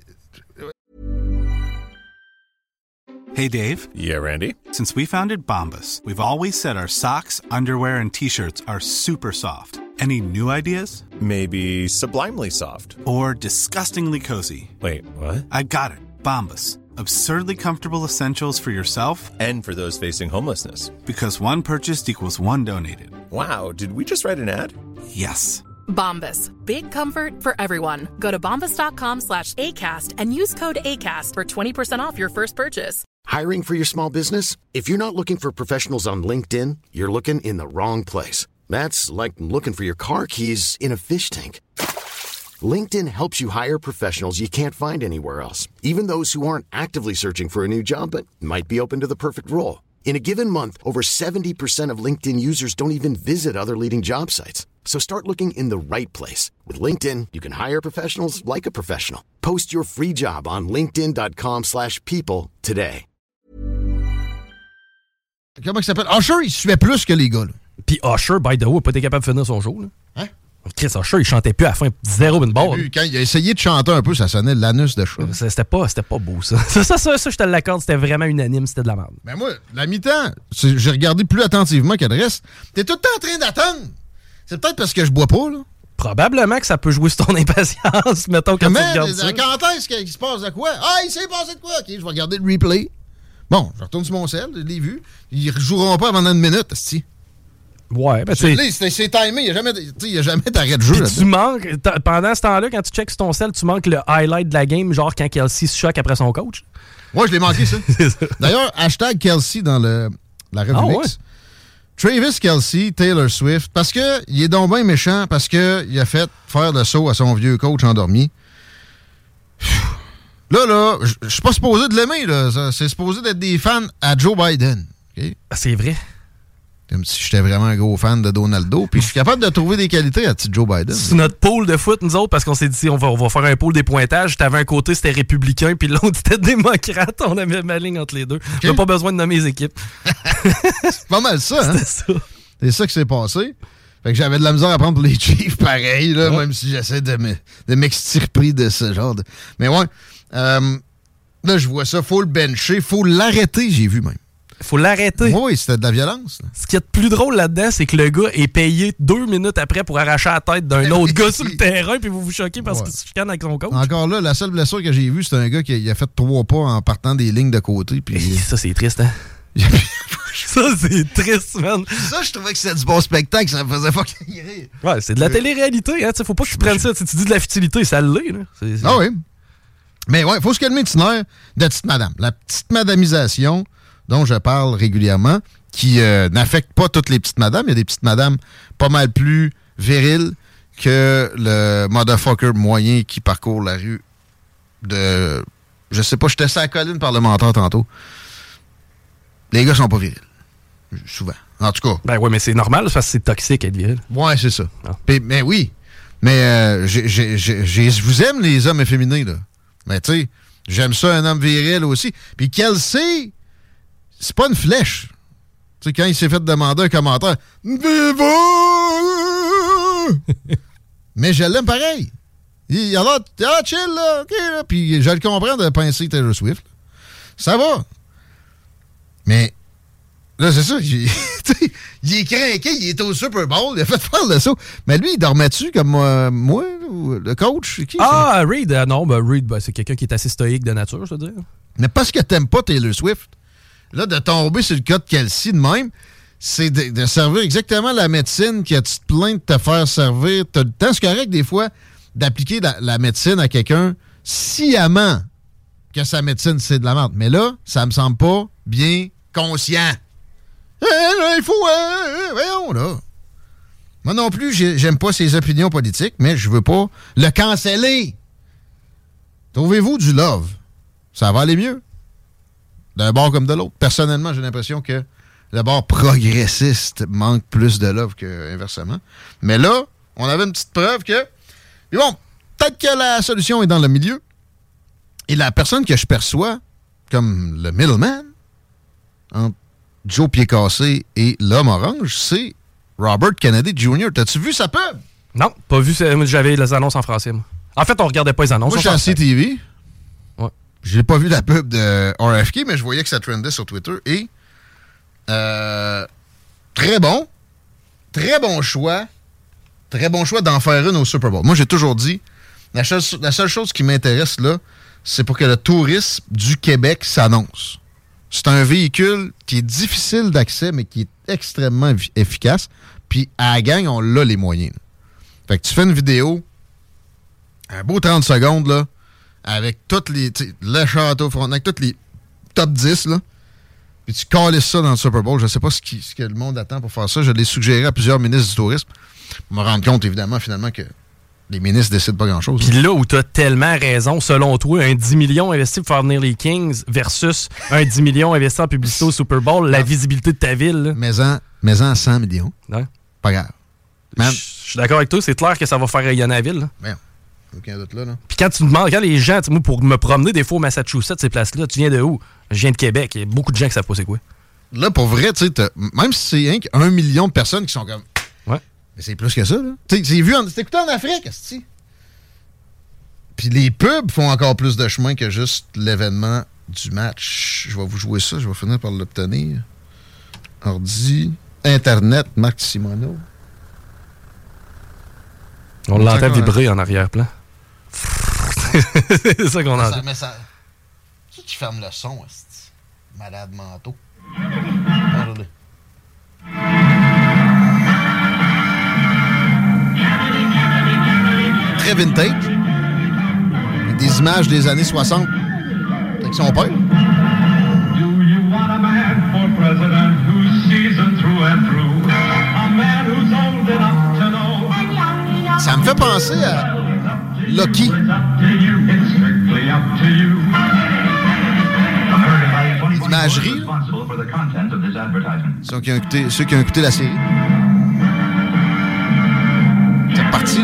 Hey, Dave. Yeah, Randy? Since we founded Bombas, we've always said our socks, underwear, and T-shirts are super soft. Any new ideas? Maybe sublimely soft. Or disgustingly cozy. Wait, what? I got it. Bombas. Absurdly comfortable essentials for yourself and for those facing homelessness. Because one purchased equals one donated. Wow, did we just write an ad? Yes. Bombas. Big comfort for everyone. Go to bombas.com slash ACAST and use code ACAST for twenty percent off your first purchase. Hiring for your small business? If you're not looking for professionals on LinkedIn, you're looking in the wrong place. That's like looking for your car keys in a fish tank. LinkedIn helps you hire professionals you can't find anywhere else, even those who aren't actively searching for a new job but might be open to the perfect role. In a given month, over seventy percent of LinkedIn users don't even visit other leading job sites. So start looking in the right place. With LinkedIn, you can hire professionals like a professional. Post your free job on linkedin.com slash people today. Comment il s'appelle? Usher, il suait plus que les gars. Là. Puis Usher, by the way, n'a pas été capable de finir son show. Là. Hein? Chris Usher, il chantait plus à la fin, zéro une barre. Quand il a essayé de chanter un peu, ça sonnait l'anus de chat. C'était pas, c'était pas beau, ça. Ça, ça, ça, ça je te l'accorde, c'était vraiment unanime, c'était de la merde. Mais moi, la mi-temps, j'ai regardé plus attentivement que le reste. T'es tout le temps en train d'attendre. C'est peut-être parce que je bois pas, là. Probablement que ça peut jouer sur ton impatience, mettons, quand Mais, tu regardes ça. Quand est-ce qu'il se passe de quoi? Ah, il s'est passé de quoi? OK, je vais regarder le replay. Bon, je retourne sur mon sel, je l'ai vu. Ils ne rejoueront pas pendant une minute, c'ti. Ouais, ben tu sais. C'est, c'est timé, il n'y a jamais d'arrêt de jeu. Tu manques, pendant ce temps-là, quand tu checks sur ton sel, tu manques le highlight de la game, genre quand Kelsey se choque après son coach. Ouais, je l'ai manqué, ça. ça. D'ailleurs, hashtag Kelsey dans le, la revue ah, X. Ouais. Travis Kelsey, Taylor Swift, parce que il est donc bien méchant, parce qu'il a fait faire le saut à son vieux coach endormi. Là, là, je suis pas supposé de l'aimer, là. Ça, c'est supposé d'être des fans à Joe Biden. Okay? Ah, c'est vrai. Comme si j'étais vraiment un gros fan de Donaldo. Puis je suis capable de trouver des qualités à petit Joe Biden. C'est notre pôle de foot, nous autres, parce qu'on s'est dit, on va, on va faire un pôle des pointages. T'avais un côté, c'était républicain, puis l'autre, c'était démocrate. On avait ma ligne entre les deux. Okay. On n'a pas besoin de nommer les équipes. C'est pas mal ça, hein? C'était ça. C'est ça qui s'est passé. Fait que j'avais de la misère à prendre pour les Chiefs, pareil, là, ouais. Même si j'essaie de, me, de m'extirper de ce genre de... Mais ouais, euh, là, je vois ça, faut le bencher, faut l'arrêter, j'ai vu même. Faut l'arrêter. Oui, c'était de la violence. Là. Ce qui est de plus drôle là-dedans, c'est que le gars est payé deux minutes après pour arracher la tête d'un autre gars sur le terrain, puis vous vous choquez parce ouais. qu'il se chicane avec son coach. Encore là, la seule blessure que j'ai vue, c'est un gars qui a, il a fait trois pas en partant des lignes de côté. Puis... Ça, c'est triste, hein? Ça, c'est triste, man. Ça, je trouvais que c'était du bon spectacle, ça me faisait pas rire. Ouais, c'est de la télé-réalité, hein? T'sais, faut pas que tu prennes ça. Tu dis de la futilité, ça l'est, là. C'est, c'est... Ah oui. Mais ouais, faut se calmer de nerf de petite madame. La petite madamisation dont je parle régulièrement, qui euh, n'affecte pas toutes les petites madames. Il y a des petites madames pas mal plus viriles que le motherfucker moyen qui parcourt la rue de... Je sais pas, j'étais sur la colline parlementaire tantôt. Les gars sont pas virils. Souvent. En tout cas. Ben oui, mais c'est normal, parce que c'est toxique être viril. Ouais, c'est ça. Ah. Puis, mais oui. Mais euh, j'ai, j'ai, j'ai, j'ai, je vous aime les hommes efféminés, là. Mais tu sais, j'aime ça un homme viril aussi. Puis Kelsey, c'est pas une flèche. Tu sais, quand il s'est fait demander un commentaire, Viva! Mais je l'aime pareil. Il a l'air, ah, chill, là, OK, là. Puis je le comprends de pincer Taylor Swift. Ça va. Mais là, c'est ça. Il, il est craqué, il est au Super Bowl, il a fait faire le saut. Mais lui, il dormait-tu comme euh, moi, ou le coach? Qui, ah, c'est? Reed, euh, non, ben Reed, ben, c'est quelqu'un qui est assez stoïque de nature, je veux dire. Mais parce que t'aimes pas Taylor Swift, là, de tomber sur le cas de Kelsey de même, c'est de, de servir exactement la médecine que tu te plains de te faire servir. T'as le temps, c'est correct, des fois, d'appliquer la, la médecine à quelqu'un sciemment que sa médecine, c'est de la merde. Mais là, ça me semble pas bien conscient. Eh, là, il faut... Euh, voyons, là. Moi non plus, j'aime pas ses opinions politiques, mais je veux pas le canceller. Trouvez-vous du love. Ça va aller mieux. D'un bord comme de l'autre. Personnellement, j'ai l'impression que le bord progressiste manque plus de love qu'inversement. Mais là, on avait une petite preuve que... Puis bon, peut-être que la solution est dans le milieu. Et la personne que je perçois comme le middleman entre Joe Pied-Cassé et l'homme orange, c'est Robert Kennedy junior T'as-tu vu sa pub? Non, pas vu. J'avais les annonces en français, moi. En fait, on regardait pas les annonces. Moi, je suis à C T V. Ouais. J'ai pas vu la pub de R F K, mais je voyais que ça trendait sur Twitter. Et euh, très bon. Très bon choix. Très bon choix d'en faire une au Super Bowl. Moi, j'ai toujours dit, la seule, la seule chose qui m'intéresse, là, c'est pour que le tourisme du Québec s'annonce. C'est un véhicule qui est difficile d'accès, mais qui est extrêmement efficace. Puis, à la gang, on a les moyens. Là. Fait que tu fais une vidéo, un beau trente secondes, là, avec toutes les... le château Frontenac, toutes les top dix, là. Puis tu calisses ça dans le Super Bowl. Je sais pas ce, qui, ce que le monde attend pour faire ça. Je l'ai suggéré à plusieurs ministres du tourisme. Je me rends compte, évidemment, finalement, que les ministres décident pas grand-chose. Puis là où tu as tellement raison, selon toi, un dix millions investi pour faire venir les Kings versus un dix millions investi en publicité au Super Bowl, la visibilité de ta ville. Mais en, mais en cent millions. Ouais. Pas grave. Je suis d'accord avec toi, c'est clair que ça va faire rayonner la ville. Merde. Aucun doute là, là. Puis quand tu me demandes, quand les gens, moi, pour me promener des fois au Massachusetts, ces places-là, tu viens de où? Je viens de Québec. Il y a beaucoup de gens qui savent pas c'est quoi. Là, pour vrai, tu sais, même si c'est un, un million de personnes qui sont comme... Ouais. Mais c'est plus que ça, là. Tu sais, c'est vu, en, c'est écouté en Afrique, c'est-tu? Puis les pubs font encore plus de chemin que juste l'événement du match. Je vais vous jouer ça, je vais finir par l'obtenir. Ordi, Internet, Marc Simoneau. On l'entend vibrer en arrière-plan. C'est ça qu'on entend. Mais ça... Qui qui ferme le son, est-ce? Malade mentaux. Regardez. Très vintage. Avec des images des années soixante. Avec son père. Ça me fait penser à Lucky. L'imagerie. Ceux qui ont écouté, ceux qui ont écouté la série. C'est reparti.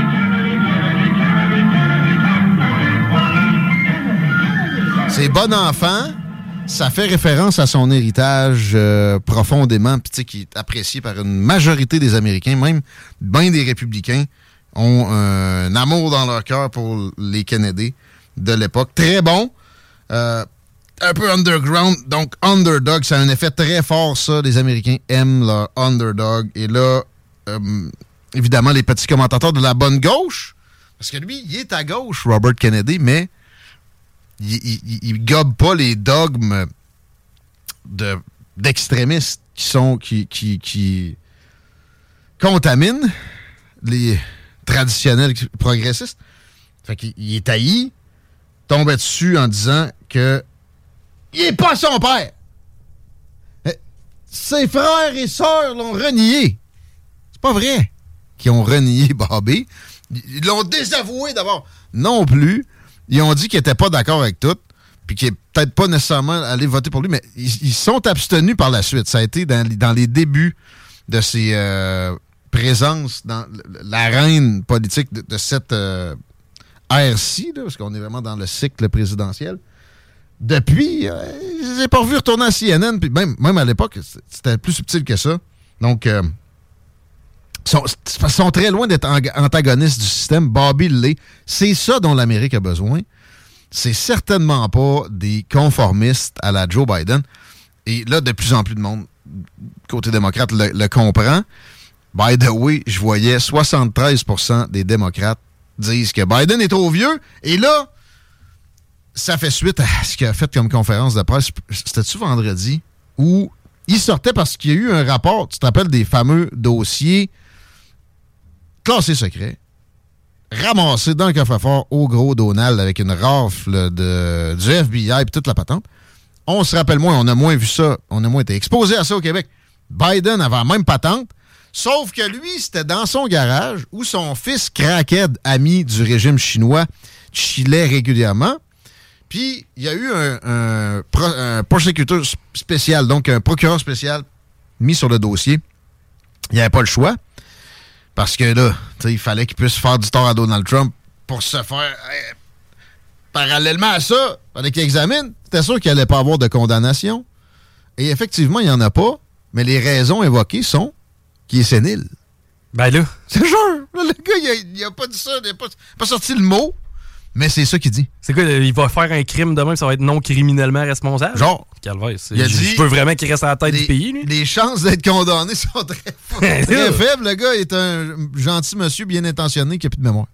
C'est bon enfant. Ça fait référence à son héritage euh, profondément, puis tu sais, qui est apprécié par une majorité des Américains, même bien des républicains ont euh, un amour dans leur cœur pour les Kennedy de l'époque. Très bon. Euh, un peu underground, donc underdog, ça a un effet très fort, ça. Les Américains aiment leur underdog. Et là, euh, évidemment, les petits commentateurs de la bonne gauche, parce que lui, il est à gauche, Robert Kennedy, mais il, il, il gobe pas les dogmes de, d'extrémistes qui sont qui, qui, qui contaminent les traditionnels progressistes. Fait qu'il il est haï, tombait dessus en disant que il est pas son père. Ses frères et sœurs l'ont renié. C'est pas vrai qu'ils ont renié Bobby. Ils l'ont désavoué d'abord. Non plus. Ils ont dit qu'ils n'étaient pas d'accord avec tout, puis qu'ils n'étaient peut-être pas nécessairement allés voter pour lui, mais ils, ils sont abstenus par la suite. Ça a été dans, dans les débuts de ses euh, présences dans l'arène politique de, de cette euh, ère-ci, là, parce qu'on est vraiment dans le cycle présidentiel. Depuis, euh, je ne les ai pas revus retourner à C N N, puis même, même à l'époque, c'était plus subtil que ça. Donc, euh, ils sont, sont très loin d'être antagonistes du système. Bobby l'est. C'est ça dont l'Amérique a besoin. c'est certainement pas des conformistes à la Joe Biden. Et là, de plus en plus de monde, côté démocrate, le, le comprend. By the way, je voyais soixante-treize pour cent des démocrates disent que Biden est trop vieux. Et là, ça fait suite à ce qu'il a fait comme conférence de presse. C'était-tu vendredi? Où il sortait parce qu'il y a eu un rapport, tu te rappelles, des fameux dossiers classés secrets, ramassés dans le coffre-fort au gros Donald avec une rafle de, du F B I et toute la patente. On se rappelle moins, on a moins vu ça, on a moins été exposé à ça au Québec. Biden avait la même patente, sauf que lui, c'était dans son garage où son fils crackhead, ami du régime chinois, chillait régulièrement. Puis, il y a eu un, un, un prosecuteur spécial, donc un procureur spécial mis sur le dossier. Il n'y avait pas le choix. Parce que là, il fallait qu'il puisse faire du tort à Donald Trump pour se faire... Hey, parallèlement à ça, il fallait qu'il examine. C'était sûr qu'il n'allait pas avoir de condamnation. Et effectivement, il n'y en a pas. Mais les raisons évoquées sont qu'il est sénile. Ben là... C'est sûr! Le gars, il n'a pas dit ça. Il n'a pas, pas sorti le mot. Mais c'est ça qu'il dit. C'est quoi, il va faire un crime demain, ça va être non criminellement responsable? Genre. Calvaire, il a je, dit, je veux vraiment qu'il reste à la tête les, du pays, lui. Les chances d'être condamné sont très, très faibles. Le gars est un gentil monsieur bien intentionné qui n'a plus de mémoire.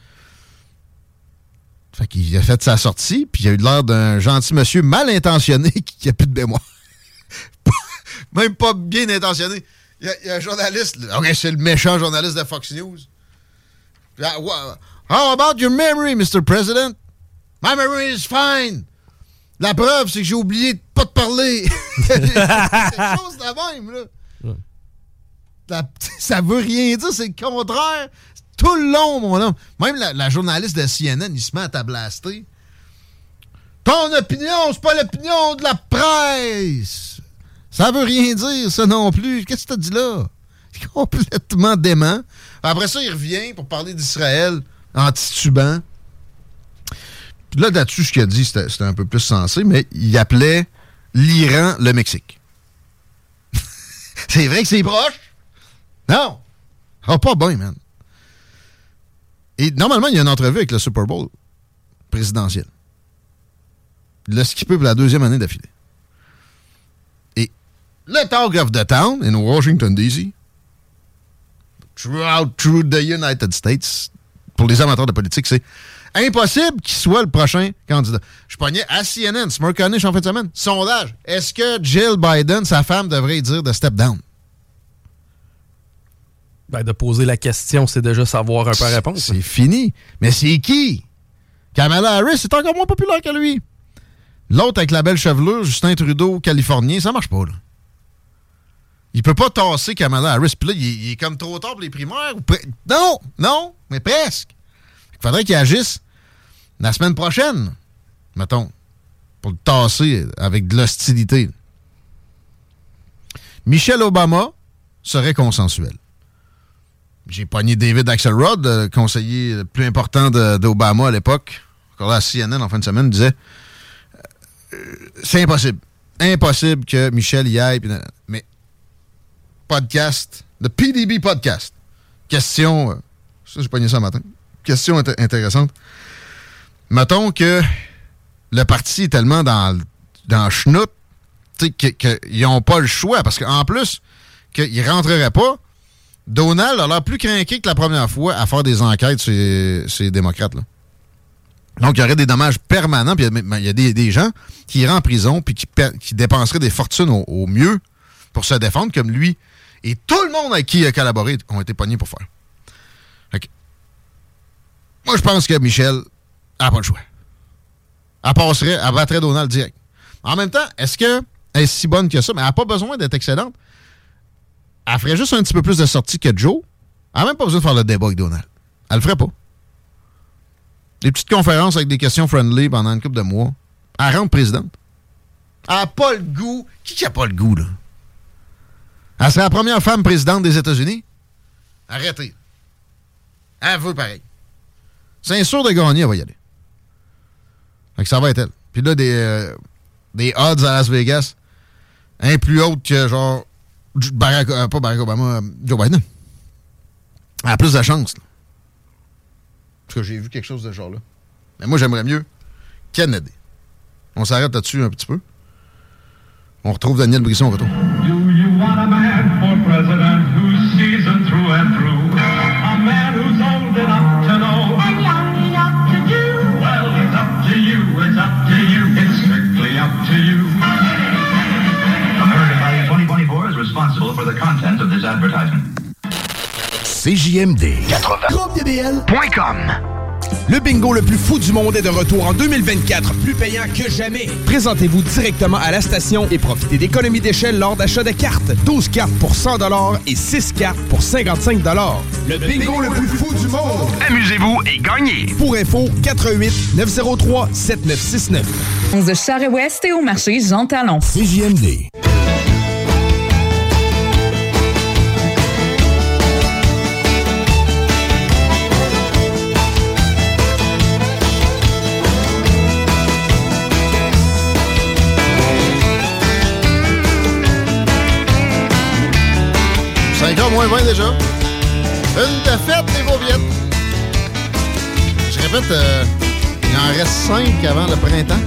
Fait qu'il a fait sa sortie, puis il a eu l'air d'un gentil monsieur mal intentionné qui n'a plus de mémoire. Même pas bien intentionné. Il y a, il y a un journaliste, okay, c'est le méchant journaliste de Fox News. Là, wow. How about your memory, Mister President? My memory is fine. La preuve, c'est que j'ai oublié de pas te parler. C'est quelque chose de même, là. Ouais. La, ça veut rien dire, c'est le contraire. Tout le long, mon homme. Même la, la journaliste de C N N, il se met à tablaster. Ton opinion, c'est pas l'opinion de la presse. Ça veut rien dire, ça non plus. Qu'est-ce que tu as dit là? C'est complètement dément. Après ça, il revient pour parler d'Israël en titubant. Puis là, là-dessus, ce qu'il a dit, c'était, c'était un peu plus sensé, mais il appelait l'Iran le Mexique. C'est vrai que c'est proche? Non! Ah, pas bien, man. Et normalement, il y a une entrevue avec le Super Bowl présidentiel. Il l'a skippé pour la deuxième année d'affilée. Et le talk of the town in Washington, D C, throughout through the United States, pour les amateurs de politique, c'est impossible qu'il soit le prochain candidat. Je pognais à C N N, Smirconish en fin de semaine. Sondage. Est-ce que Jill Biden, sa femme, devrait dire de step down? Ben, de poser la question, c'est déjà savoir un peu la réponse. C'est fini. Mais c'est qui? Kamala Harris est encore moins populaire que lui. L'autre avec la belle chevelure, Justin Trudeau, californien, ça marche pas, là. Il peut pas tasser Kamala Harris. Puis là, il est, il est comme trop tard pour les primaires. Ou pre- non, non, mais presque. Il faudrait qu'il agisse la semaine prochaine, mettons, pour le tasser avec de l'hostilité. Michelle Obama serait consensuel. J'ai pogné David Axelrod, le conseiller le plus important de, d'Obama à l'époque, encore là à C N N en fin de semaine, disait euh, c'est impossible. Impossible que Michel y aille. Mais podcast, le P D B podcast. Question, euh, ça j'ai pogné ça un matin. Question int- intéressante. Mettons que le parti est tellement dans, dans le schnout qu'ils n'ont pas le choix. Parce qu'en plus, qu'ils ne rentreraient pas, Donald a l'air plus craqué que la première fois à faire des enquêtes sur ces démocrates-là. Donc, il y aurait des dommages permanents. Puis il y a des, des gens qui iraient en prison puis qui, qui dépenseraient des fortunes au, au mieux pour se défendre, comme lui. Et tout le monde avec qui il a collaboré ont été pognés pour faire. Okay. Moi, je pense que Michelle n'a pas le choix. Elle passerait, elle battrait Donald direct. En même temps, est-ce qu'elle est si bonne que ça? Mais elle n'a pas besoin d'être excellente. Elle ferait juste un petit peu plus de sorties que Joe. Elle n'a même pas besoin de faire le débat avec Donald. Elle le ferait pas. Des petites conférences avec des questions friendly pendant une couple de mois. Elle rentre présidente. Elle n'a pas le goût. Qui qui a pas le goût, là? Elle serait la première femme présidente des États-Unis. Arrêtez. Elle veut pareil. C'est sûr de gagner, elle va y aller. Fait que ça va être elle. Puis là, des, euh, des odds à Las Vegas, un plus haute que genre Barack, euh, pas Barack Obama, euh, Joe Biden. Elle a plus de chance. Là. Parce que j'ai vu quelque chose de ce genre-là. Mais moi, j'aimerais mieux Kennedy. On s'arrête là-dessus un petit peu. On retrouve Daniel Brisson au retour. Do you want a man for president who's seasoned through and through? A man who's old enough to know and young enough to do? Well, it's up to you, it's up to you, it's strictly up to you. American twenty twenty-four is responsible for the content of this advertisement. C J M D quatre-vingts groupe D B L point com. Le bingo le plus fou du monde est de retour en deux mille vingt-quatre, plus payant que jamais. Présentez-vous directement à la station et profitez d'économies d'échelle lors d'achat de cartes. douze cartes pour cent dollars et six cartes pour cinquante-cinq dollars. Le, le bingo, bingo le plus fou du monde. Amusez-vous et gagnez. Pour info, quatre un huit, neuf zéro trois, sept neuf six neuf. De Charest-Ouest et au marché Jean Talon. C J M D. cinq heures moins vingt déjà. Une défaite, les Vauviettes. Je répète, euh, il en reste cinq avant le printemps.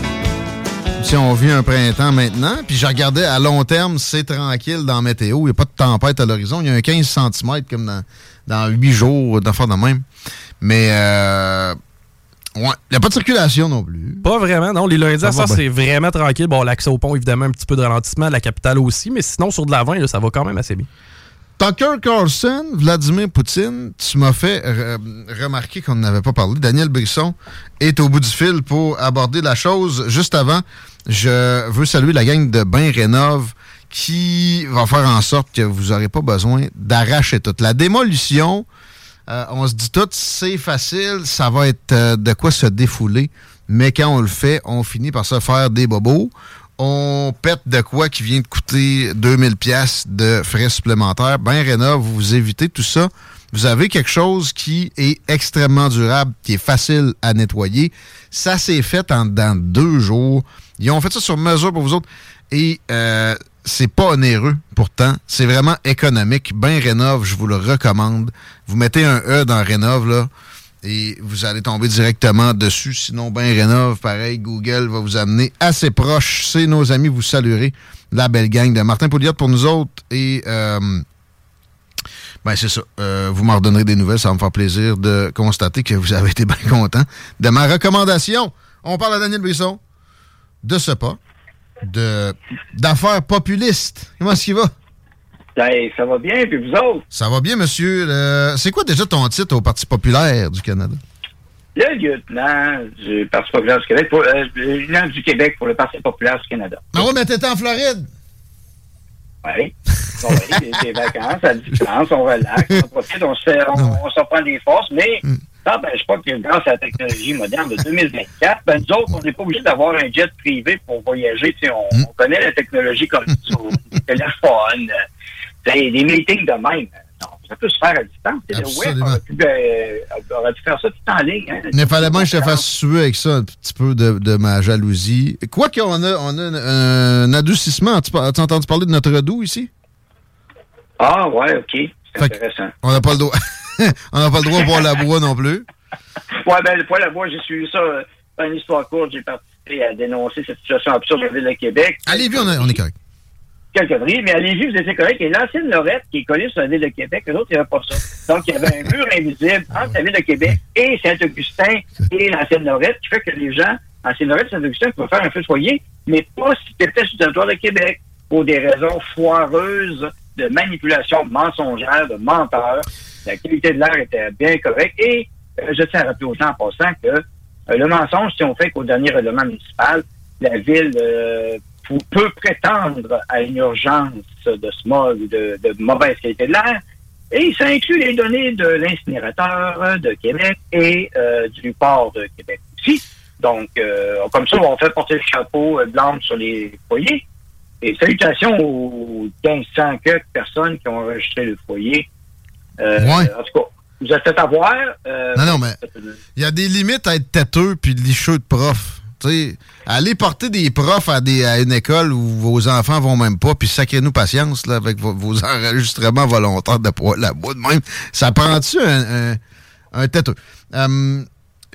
Si on vit un printemps maintenant, puis je regardais à long terme, c'est tranquille dans la météo. Il n'y a pas de tempête à l'horizon. Il y a un quinze centimètres comme dans, dans huit jours, d'affaires de même. Mais euh, ouais, il n'y a pas de circulation non plus. Pas vraiment, non. Les lundis, ça, ça bien. c'est vraiment tranquille. Bon, l'accès au pont, évidemment, un petit peu de ralentissement, la capitale aussi, mais sinon, sur de l'avant, là, ça va quand même assez bien. Tucker Carlson, Vladimir Poutine, tu m'as fait euh, remarquer qu'on n'avait pas parlé. Daniel Brisson est au bout du fil pour aborder la chose. Juste avant, je veux saluer la gang de Bain Rénov qui va faire en sorte que vous n'aurez pas besoin d'arracher tout. La démolition, euh, on se dit tout, c'est facile, ça va être euh, de quoi se défouler. Mais quand on le fait, on finit par se faire des bobos. On pète de quoi qui vient de coûter deux mille dollars de frais supplémentaires. Ben Rénov, vous vous évitez tout ça. Vous avez quelque chose qui est extrêmement durable, qui est facile à nettoyer. Ça s'est fait en dans deux jours. Ils ont fait ça sur mesure pour vous autres. Et euh, c'est pas onéreux, pourtant. C'est vraiment économique. Ben Rénov, je vous le recommande. Vous mettez un E dans Rénov, là, et vous allez tomber directement dessus. Sinon, ben Rénov, pareil, Google va vous amener assez proche. C'est nos amis, vous saluerez la belle gang de Martin Pouliot pour nous autres. Et, euh, ben c'est ça. Euh, vous m'en redonnerez des nouvelles. Ça va me faire plaisir de constater que vous avez été bien content de ma recommandation. On parle à Daniel Brisson de ce pas, de, d'affaires populistes. Comment est-ce qu'il va? Hey, ça va bien, puis vous autres? Ça va bien, monsieur. Euh, c'est quoi déjà ton titre au Parti populaire du Canada? Le lieutenant du Parti populaire du Québec, pour, euh, le lieutenant du Québec pour le Parti populaire du Canada. Ah oui, mais t'étais en Floride? Oui. Bon, oui, des vacances à distance, on relaxe, on profite, on se fait, on, on se reprend des forces, mais mm. ça n'empêche pas que grâce à la technologie moderne de deux mille vingt-quatre, ben nous autres, on n'est pas obligé d'avoir un jet privé pour voyager. Tu sais, on, mm. on connaît la technologie comme ça, des téléphones, des, des meetings de même. Non, ça peut se faire à distance. Absolument. Le web aurait pu, euh, aurait pu faire ça tout en ligne. Hein. Mais il fallait bien que je te fasse suer avec ça un petit peu de, de ma jalousie. Quoi qu'on a, on a un, un adoucissement. As-tu, as-tu entendu parler de notre redout ici? Ah, ouais, OK. C'est fait intéressant. On n'a pas le droit. on n'a pas le droit au poêle à bois non plus. Ouais, ben, le poêle à bois, j'ai suivi ça. Euh, dans une histoire courte, j'ai participé à dénoncer cette situation absurde de la Ville de Québec. À Lévis, on, a, on est correct. Quelle connerie, mais à Lévis, vous étiez correct. Et l'ancienne Lorette, qui est collée sur la Ville de Québec, les autres, il n'y avait pas ça. Donc, il y avait un mur invisible entre la Ville de Québec et Saint-Augustin et l'ancienne Lorette, qui fait que les gens, ancienne Lorette et Saint-Augustin, pouvaient faire un feu de foyer, mais pas si tu étais sur le territoire de Québec, pour des raisons foireuses de manipulation mensongère, de menteurs. La qualité de l'air était bien correcte. Et euh, je tiens à rappeler aux gens en passant que euh, le mensonge, si on fait qu'au dernier règlement municipal, la Ville euh, peut prétendre à une urgence de smog, de, de mauvaise qualité de l'air, et ça inclut les données de l'incinérateur de Québec et euh, du port de Québec aussi. Donc, euh, comme ça, on fait porter le chapeau blanc sur les foyers. Et salutations aux quinze cents quelques personnes qui ont enregistré le foyer. Euh, ouais. En tout cas, vous êtes fait avoir. Euh, non, non, mais il y a des limites à être têteux puis licheux de prof. Tu sais, aller porter des profs à, des, à une école où vos enfants vont même pas, puis sacrez-nous patience là, avec vos, vos enregistrements volontaires de poêle à bois de même. Ça prend-tu un, un, un têteux? Um,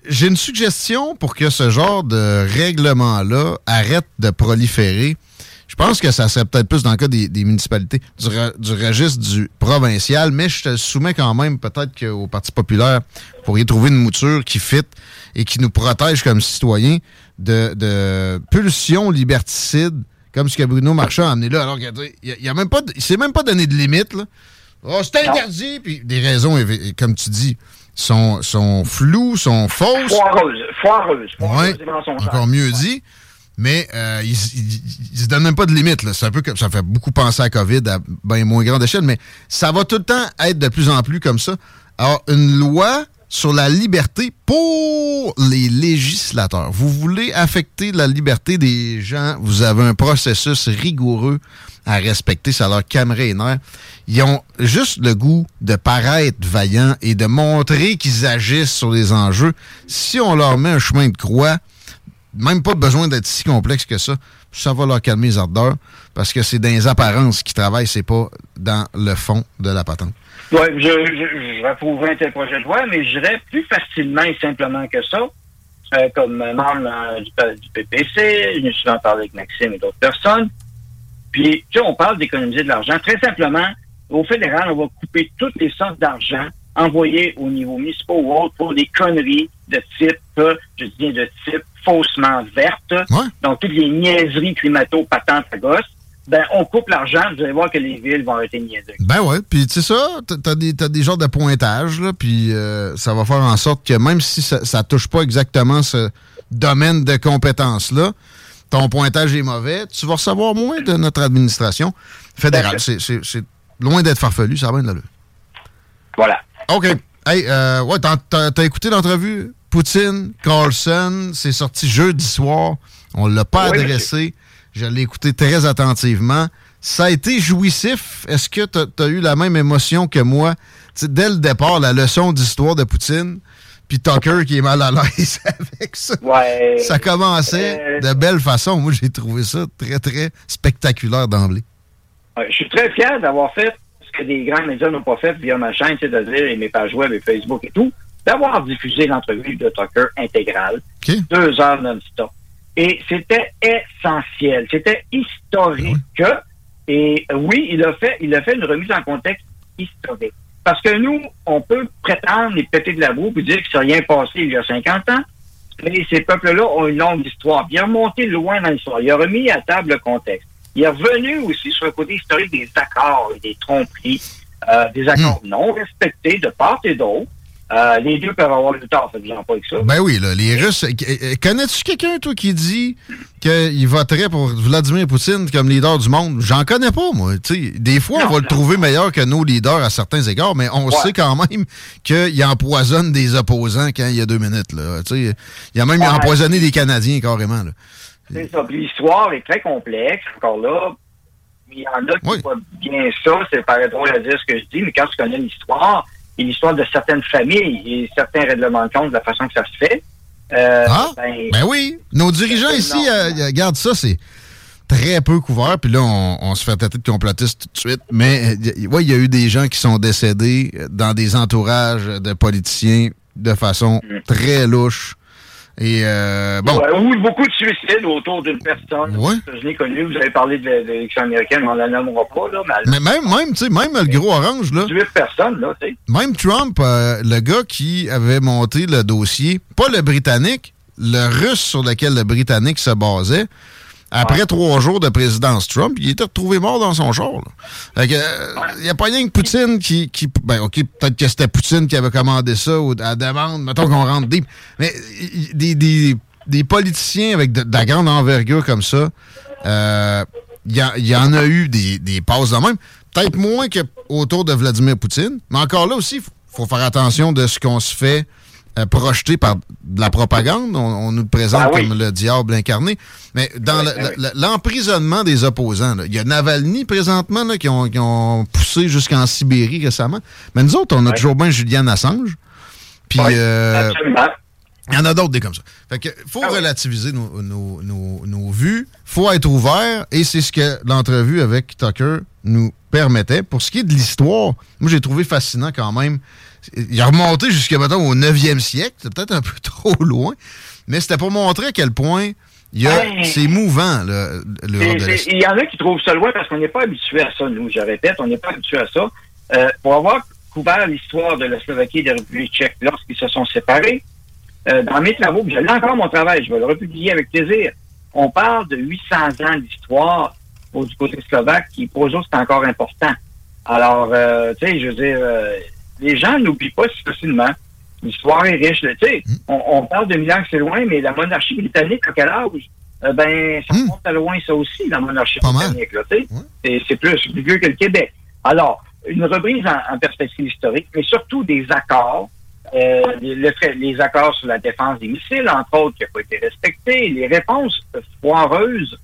j'ai une suggestion pour que ce genre de règlement-là arrête de proliférer. Je pense que ça serait peut-être plus dans le cas des, des municipalités, du, du registre du provincial, mais je te le soumets quand même peut-être qu'au Parti populaire, vous pourriez trouver une mouture qui fit et qui nous protège comme citoyens de, de pulsions liberticides, comme ce que Bruno Marchand a amené là. Alors qu'il il a même pas, il s'est même pas donné de limite, là. Oh, c'est interdit, puis des raisons, comme tu dis, sont, sont floues, sont fausses. Foireuses, foireuses. foireuses ouais, dans son encore mieux dit. Mais euh, il, il, il se donne même pas de limite. Là. C'est un peu comme ça fait beaucoup penser à COVID à bien moins grande échelle, mais ça va tout le temps être de plus en plus comme ça. Alors, une loi sur la liberté pour les législateurs. Vous voulez affecter la liberté des gens, vous avez un processus rigoureux à respecter, ça leur calmerait les nerfs. Ils ont juste le goût de paraître vaillants et de montrer qu'ils agissent sur les enjeux. Si on leur met un chemin de croix, même pas besoin d'être si complexe que ça, ça va leur calmer les ardeurs, parce que c'est dans les apparences qu'ils travaillent, c'est pas dans le fond de la patente. Oui, je, je, je approuverais un tel projet de loi, mais je dirais plus facilement et simplement que ça, euh, comme membre euh, du, du P P C, je me suis souvent parlé avec Maxime et d'autres personnes, puis, tu sais, on parle d'économiser de l'argent. Très simplement, au fédéral, on va couper toutes les sortes d'argent envoyées au niveau municipal ou autre pour des conneries de type, je dis bien de type faussement verte. Ouais. Donc, toutes les niaiseries climato-patentes à gosse. Ben, on coupe l'argent, vous allez voir que les villes vont arrêter de niaiser. Ben ouais, puis tu sais ça, t'as des, t'as des genres de pointage, là, puis euh, ça va faire en sorte que même si ça, ça touche pas exactement ce domaine de compétences-là, ton pointage est mauvais, tu vas recevoir moins de notre administration fédérale. C'est, c'est, c'est loin d'être farfelu, ça va bien de l'allure. Voilà. OK. Hey, euh, ouais, t'as, t'as, t'as écouté l'entrevue? Poutine, Carlson, c'est sorti jeudi soir. On l'a pas oui, adressé. Monsieur. Je l'ai écouté très attentivement. Ça a été jouissif. Est-ce que tu as eu la même émotion que moi? T'sais, dès le départ, la leçon d'histoire de Poutine, puis Tucker qui est mal à l'aise avec ça. Ouais. Ça commençait euh... de belle façon. Moi, j'ai trouvé ça très, très spectaculaire d'emblée. Ouais, je suis très fier d'avoir fait ce que des grands médias n'ont pas fait via ma chaîne, c'est-à-dire et mes pages web et Facebook et tout, d'avoir diffusé l'entrevue de Tucker intégrale, okay. deux heures non-stop. Et c'était essentiel, c'était historique. Ah oui. Et oui, il a fait, il a fait une remise en contexte historique. Parce que nous, on peut prétendre et péter de la boue et dire qu'il ne s'est rien passé il y a cinquante ans, mais ces peuples-là ont une longue histoire. Il a remonté loin dans l'histoire. Il a remis à table le contexte. Il est revenu aussi sur le côté historique des accords et des tromperies, euh, des accords mmh. non respectés de part et d'autre. Euh, les deux peuvent avoir le tort, faites-en pas avec ça. Ben oui, là, les Russes... Connais-tu quelqu'un, toi, qui dit qu'il voterait pour Vladimir Poutine comme leader du monde? J'en connais pas, moi. T'sais, des fois, non, on va non, le trouver non. meilleur que nos leaders à certains égards, mais on ouais. sait quand même qu'il empoisonne des opposants quand il y a deux minutes. Là. T'sais, il a même ouais. empoisonné des Canadiens, carrément. Là. C'est ça. Puis l'histoire est très complexe, encore là. Il y en a qui oui. voient bien ça. C'est paraît drôle à dire ce que je dis, mais quand tu connais l'histoire... et l'histoire de certaines familles et certains règlements de compte de la façon que ça se fait. Euh, ah, ben, ben oui. Nos dirigeants ici, euh, regardent ça, c'est très peu couvert. Puis là, on, on se fait tâter de complotistes tout de suite. Mais euh, ouais, il y a eu des gens qui sont décédés dans des entourages de politiciens de façon mmh. très louche. Et euh, bon. Ouais, ou beaucoup de suicides autour d'une personne. Ouais. Je l'ai connu, vous avez parlé de, de l'élection américaine, mais on la nommera pas, là. Mais, mais même, même, tu sais, même le gros orange, là. dix-huit personnes, là, tu sais. Même Trump, euh, le gars qui avait monté le dossier, pas le britannique, le russe sur lequel le britannique se basait, après ouais. trois jours de présidence Trump, il était retrouvé mort dans son char, là. Fait que, euh, il n'y a pas rien que Poutine qui, qui... Ben, OK, peut-être que c'était Poutine qui avait commandé ça ou à la demande, mettons qu'on rentre deep. Mais des, des, des politiciens avec de, de la grande envergure comme ça, il euh, y, y en a eu des, des passes de même. Peut-être moins qu'autour de Vladimir Poutine, mais encore là aussi, il faut faire attention de ce qu'on se fait Euh, projeté par de la propagande. On, on nous le présente ah oui. comme le diable incarné. Mais dans oui, le, oui. l'emprisonnement des opposants, il y a Navalny présentement là, qui, ont, qui ont poussé jusqu'en Sibérie récemment. Mais nous autres, on a oui. toujours bien Julian Assange. Puis oui, euh, il y en a d'autres des comme ça. Fait que faut ah relativiser oui. nos, nos, nos, nos vues. Faut être ouvert. Et c'est ce que l'entrevue avec Tucker nous permettait. Pour ce qui est de l'histoire, moi, j'ai trouvé fascinant quand même. Il a remonté jusqu'à, mettons, au neuvième siècle. C'est peut-être un peu trop loin. Mais c'était pour montrer à quel point il y a, hey, c'est mouvant, le, l'Europe de l'Est. Il y en a qui trouvent ça loin parce qu'on n'est pas habitué à ça, nous. Je répète, on n'est pas habitué à ça. Euh, pour avoir couvert l'histoire de la Slovaquie et de la République tchèque lorsqu'ils se sont séparés, euh, dans mes travaux, puis je l'ai encore mon travail, je vais le republier avec plaisir, on parle de huit cents ans d'histoire au, du côté slovaque qui, pour eux autres, c'est encore important. Alors, euh, tu sais, je veux dire, euh, les gens n'oublient pas si facilement. L'histoire est riche. Tu sais, on, on parle de mille ans que c'est loin, mais la monarchie britannique, à quel âge? Euh, ben, ça remonte à loin, ça aussi, la monarchie Pas britannique. Là, tu sais. C'est, c'est plus, plus vieux que le Québec. Alors, une reprise en, en perspective historique, mais surtout des accords, euh, le, les accords sur la défense des missiles, entre autres, qui n'ont pas été respectés, les réponses foireuses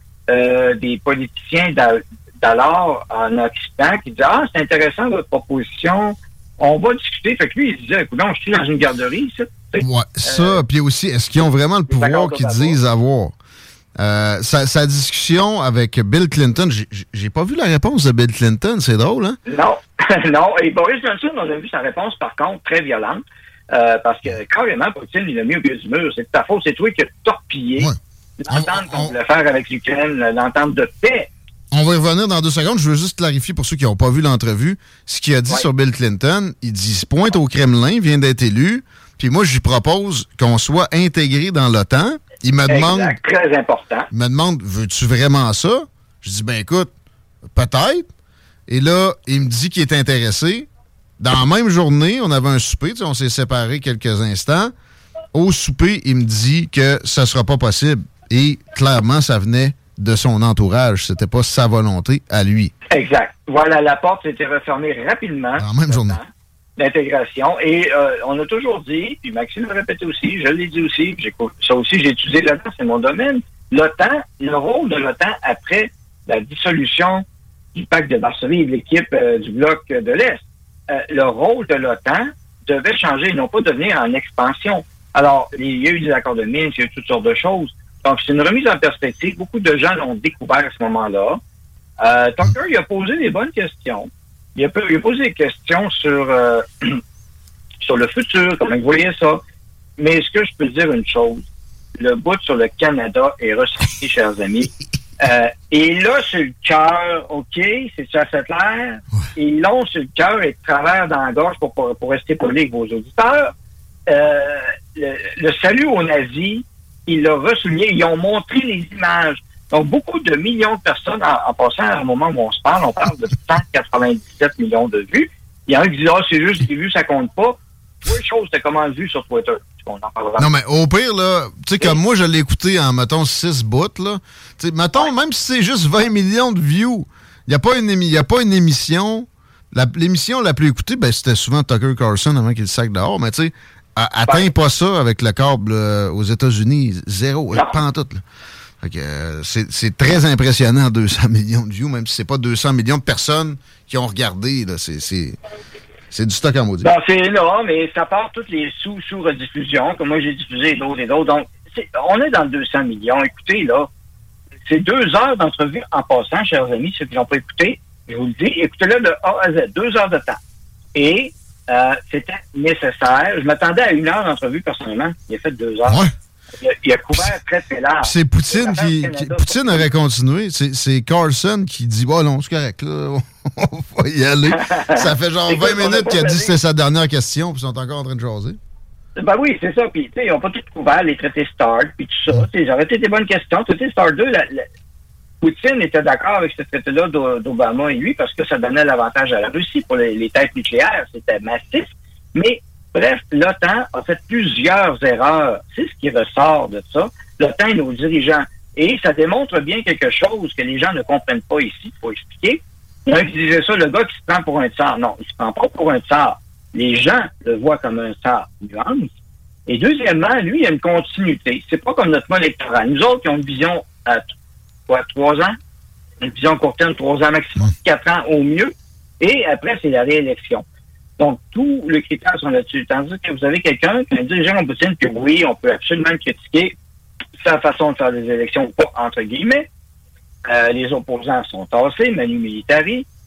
euh, des politiciens d'alors en Occident qui disaient « Ah, c'est intéressant votre proposition, on va discuter. » Fait que lui, il disait « Écoute, non, je suis dans une garderie, ça. » Ouais, ça, euh, puis aussi, est-ce qu'ils ont vraiment le pouvoir qu'ils disent avoir? Euh, sa, sa discussion avec Bill Clinton, j'ai, j'ai pas vu la réponse de Bill Clinton, c'est drôle, hein? Non, non. Et Boris Johnson, on a vu sa réponse, par contre, très violente, euh, parce que carrément, Poutine, il a mis au pied du mur. C'est de ta faute, c'est toi qui as torpillé ouais. l'entente on, on, qu'on voulait faire avec l'Ukraine, l'entente de paix. On va y revenir dans deux secondes. Je veux juste clarifier pour ceux qui n'ont pas vu l'entrevue. Ce qu'il a dit ouais. sur Bill Clinton, il dit, il se pointe au Kremlin, vient d'être élu, puis moi, je lui propose qu'on soit intégré dans l'OTAN. Il me demande... Exact, très important. Il me demande, veux-tu vraiment ça? Je dis, ben écoute, peut-être. Et là, il me dit qu'il est intéressé. Dans la même journée, on avait un souper, on s'est séparés quelques instants. Au souper, il me dit que ça sera pas possible. Et clairement, ça venait de son entourage. C'était pas sa volonté à lui. Exact. Voilà, la porte s'était refermée rapidement. Dans la même journée. D'intégration. Et euh, on a toujours dit, puis Maxime l'a répété aussi, je l'ai dit aussi, j'ai, ça aussi j'ai étudié là-dedans, c'est mon domaine, l'OTAN, le rôle de l'OTAN après la dissolution du pacte de Varsovie et de l'équipe euh, du bloc de l'Est, euh, le rôle de l'OTAN devait changer, non pas devenir en expansion. Alors, il y a eu des accords de Minsk, il y a eu toutes sortes de choses. Donc, c'est une remise en perspective. Beaucoup de gens l'ont découvert à ce moment-là. Euh, Tucker, il a posé des bonnes questions. Il a, il a posé des questions sur, euh, sur le futur, comment vous voyez ça. Mais est-ce que je peux dire une chose? Le bout sur le Canada est ressorti, chers amis. Euh, et là, sur le cœur, OK, c'est ça fait clair. Et ils l'ont sur le cœur et de travers dans la gorge pour, pour, pour rester poli avec vos auditeurs. Euh, le, le salut aux nazis, ils l'ont ressouligné. Ils ont montré les images. Donc, beaucoup de millions de personnes, en, en passant à un moment où on se parle, on parle de cent quatre-vingt-dix-sept millions de vues. Il y en a qui disent, ah, c'est juste des vues, ça compte pas. Trois choses, c'était comment vu sur Twitter. On en parlera. Non, mais au pire, là, tu sais, comme moi, je l'ai écouté en, mettons, six bouts, là. Tu sais, mettons, ouais. même si c'est juste vingt millions de views, il n'y a pas une émi- y a pas une émission. La, l'émission la plus écoutée, ben, c'était souvent Tucker Carlson avant qu'il le sac dehors, mais tu sais, atteint ouais. pas ça avec le câble euh, aux États-Unis. Zéro. Euh, pas en tout, là. Fait que, euh, c'est, c'est très impressionnant, deux cents millions de views, même si c'est pas deux cents millions de personnes qui ont regardé. Là, c'est, c'est, c'est du stock en maudit. Ben, c'est énorme, mais ça part toutes les sous-sous-rediffusions, comme moi j'ai diffusé d'autres et d'autres. Donc, c'est, on est dans le deux cents millions. Écoutez, là, c'est deux heures d'entrevue en passant, chers amis, ceux qui n'ont pas écouté, je vous le dis, écoutez-le de A à Z, deux heures de temps. Et euh, c'était nécessaire. Je m'attendais à une heure d'entrevue, personnellement. Il a fait deux heures. Ouais. Il a, il a couvert très, très large. C'est Poutine qui, qui... Poutine aurait continué. C'est, c'est Carlson qui dit, bah oh, non, c'est correct, là. On va y aller. Ça fait genre vingt minutes qu'il a dit que c'était sa dernière question, puis ils sont encore en train de jaser. Ben oui, c'est ça. Puis, tu sais, ils n'ont pas tout couvert, les traités START, puis tout ça. Ils auraient été des bonnes questions. Tu sais, START deux, la, la... Poutine était d'accord avec ce traité-là d'Obama et lui, parce que ça donnait l'avantage à la Russie pour les, les têtes nucléaires. C'était massif. Mais, bref, l'OTAN a fait plusieurs erreurs. C'est ce qui ressort de ça. L'OTAN et nos dirigeants. Et ça démontre bien quelque chose que les gens ne comprennent pas ici. Il faut expliquer. Il y en a qui disaient ça, le gars qui se prend pour un tsar. Non, il se prend pas pour un tsar. Les gens le voient comme un tsar. Nuance. Et deuxièmement, lui, il y a une continuité. C'est pas comme notre mode électoral. Nous autres, qui ont une vision à quoi, trois ans? Une vision court terme, trois ans maximum, quatre ans au mieux. Et après, c'est la réélection. Donc, tous les critères sont là-dessus. Tandis que vous avez quelqu'un, un dirigeant comme Poutine, que oui, on peut absolument critiquer sa façon de faire des élections, pas entre guillemets. Euh, les opposants sont tassés, manu militari.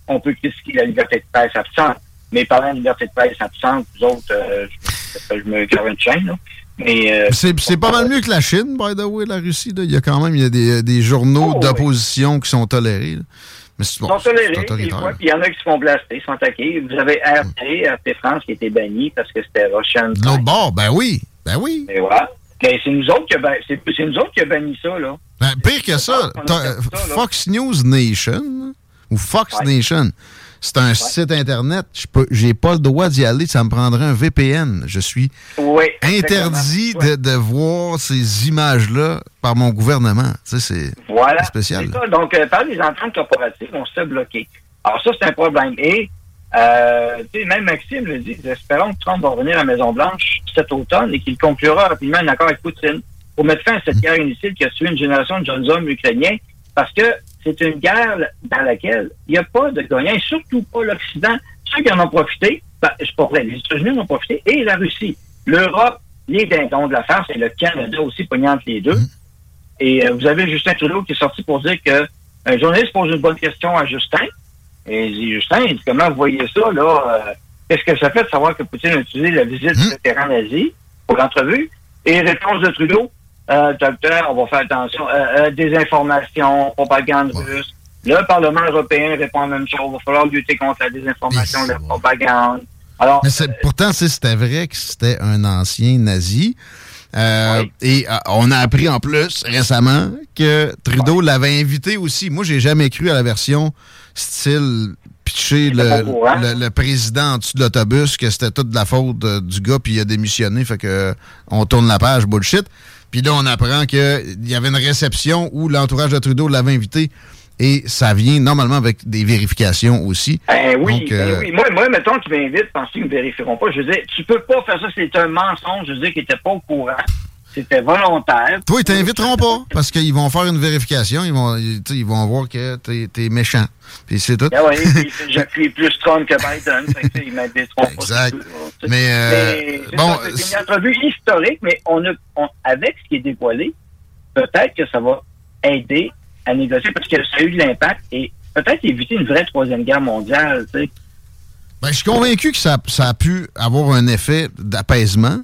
on peut critiquer la liberté de presse absente. Mais parlant de liberté de presse absente, vous autres, euh, je, je me carre une chaîne, là. Mais, euh, c'est, c'est pas mal mieux que la Chine, by the way, la Russie. Là. Il y a quand même il y a des, des journaux oh, d'opposition oui. qui sont tolérés. Là. Mais c'est, Ils bon, sont tolérés, c'est des fois, puis il y en a qui se font blaster, se font attaquer. Vous avez R T, R T France qui a été banni parce que c'était Russian. De l'autre bord, ben oui, ben oui. Et voilà. Mais c'est nous autres qui a banni, c'est, c'est nous autres qui a banni ça, là. Ben, pire que ça, ça Fox News Nation, ou Fox ouais. Nation, c'est un ouais. site Internet. Je peux, j'ai pas le droit d'y aller. Ça me prendrait un V P N. Je suis oui, interdit de, de voir ces images-là par mon gouvernement. Tu sais, c'est voilà, spécial. C'est ça. Donc, euh, par les ententes corporatives, on se fait bloquer. Alors ça, c'est un problème. Et, euh, tu sais, même Maxime le dit, espérons que Trump va revenir à la Maison-Blanche cet automne et qu'il conclura rapidement un accord avec Poutine pour mettre fin à cette guerre inutile qui a tué une génération de jeunes hommes ukrainiens. Parce que c'est une guerre dans laquelle il n'y a pas de gagnant, surtout pas l'Occident. Ceux qui en ont profité, ben, je suis pas vrai, les États-Unis en ont profité, et la Russie. L'Europe, les dindons de l'affaire, c'est le Canada aussi pognant entre les deux. Mmh. Et euh, vous avez Justin Trudeau qui est sorti pour dire que un journaliste pose une bonne question à Justin. Et il dit, Justin, il dit, comment vous voyez ça, là? Euh, qu'est-ce que ça fait de savoir que Poutine a utilisé la visite mmh. du vétéran nazi pour l'entrevue? Et réponse de Trudeau, Euh, docteur, on va faire attention. Euh, euh, désinformation, propagande ouais. russe. Le Parlement européen répond à la même chose. Il va falloir lutter contre la désinformation, la bon. propagande. Alors, Mais c'est, euh, pourtant, c'était vrai que c'était un ancien nazi. Euh, oui. Et euh, on a appris en plus récemment que Trudeau ouais. l'avait invité aussi. Moi, j'ai jamais cru à la version style pitcher le, le, le président en dessous de l'autobus, que c'était toute de la faute euh, du gars, puis il a démissionné, fait que euh, on tourne la page, bullshit. Puis là, on apprend qu'il y avait une réception où l'entourage de Trudeau l'avait invité. Et ça vient normalement avec des vérifications aussi. Ben oui, Donc, ben euh... oui. Moi, moi, mettons qu'ils m'invitent, pensez qu'ils ne me vérifieront pas. Je veux dire, tu peux pas faire ça, c'est un mensonge. Je veux dire qu'ils n'étaient pas au courant. C'était volontaire. Toi, ils t'inviteront pas, parce qu'ils vont faire une vérification. Ils vont, ils, ils vont voir que t'es, t'es méchant. Puis c'est tout. Ah oui, j'appuie plus Trump que Biden. Fait que, ils m'inviteront pas. Exact. Mais, euh, mais bon, ça, c'est une entrevue historique, mais on a, on, avec ce qui est dévoilé, peut-être que ça va aider à négocier, parce que ça a eu de l'impact, et peut-être éviter une vraie troisième guerre mondiale, tu sais. Ben, je suis convaincu que ça, ça a pu avoir un effet d'apaisement.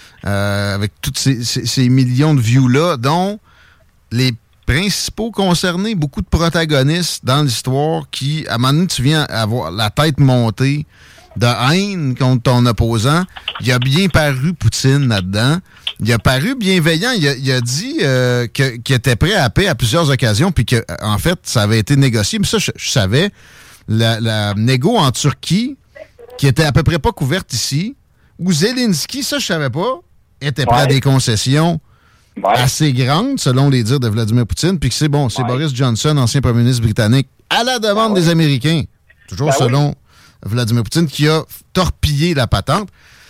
Euh, avec tous ces, ces, ces millions de views-là, dont les principaux concernés, beaucoup de protagonistes dans l'histoire qui, à un moment donné, tu viens avoir la tête montée de haine contre ton opposant. Il a bien paru Poutine là-dedans. Il a paru bienveillant. Il a, il a dit euh, que, qu'il était prêt à la paix à plusieurs occasions, puis que, en fait, ça avait été négocié. Mais ça, je, je savais. La, la négo en Turquie, qui était à peu près pas couverte ici, où Zelensky, ça, je savais pas, était prêt ouais. à des concessions ouais. assez grandes, selon les dires de Vladimir Poutine, puis que c'est bon, c'est ouais. Boris Johnson, ancien premier ministre britannique, à la demande ben des ouais. Américains, toujours ben selon oui. Vladimir Poutine, qui a torpillé la patente.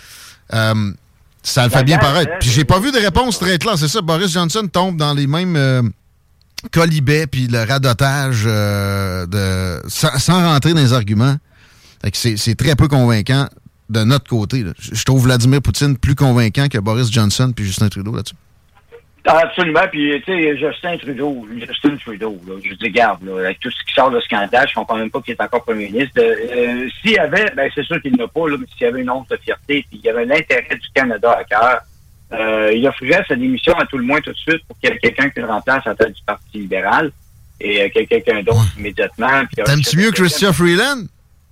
Euh, ça le fait ben bien paraître. Puis j'ai pas vu de réponse très claire, c'est ça, Boris Johnson tombe dans les mêmes euh, colibets, puis le radotage euh, de, sans, sans rentrer dans les arguments. Fait que c'est, c'est très peu convaincant de notre côté. Là. Je trouve Vladimir Poutine plus convaincant que Boris Johnson puis Justin Trudeau là-dessus. Absolument. Puis, tu sais, Justin Trudeau, Justin Trudeau, là, je dis, garde, là, avec tout ce qui sort de scandale, je comprends même pas qu'il est encore premier ministre. Euh, s'il y avait, ben c'est sûr qu'il n'a pas, là, mais s'il y avait une once de fierté, puis il y avait l'intérêt du Canada à cœur, euh, il offrirait sa démission à tout le moins tout de suite pour qu'il y ait quelqu'un qui le remplace à la tête du Parti libéral et euh, qu'il y ait quelqu'un d'autre ouais. immédiatement. Puis, T'aimes-tu mieux Chrystia Freeland?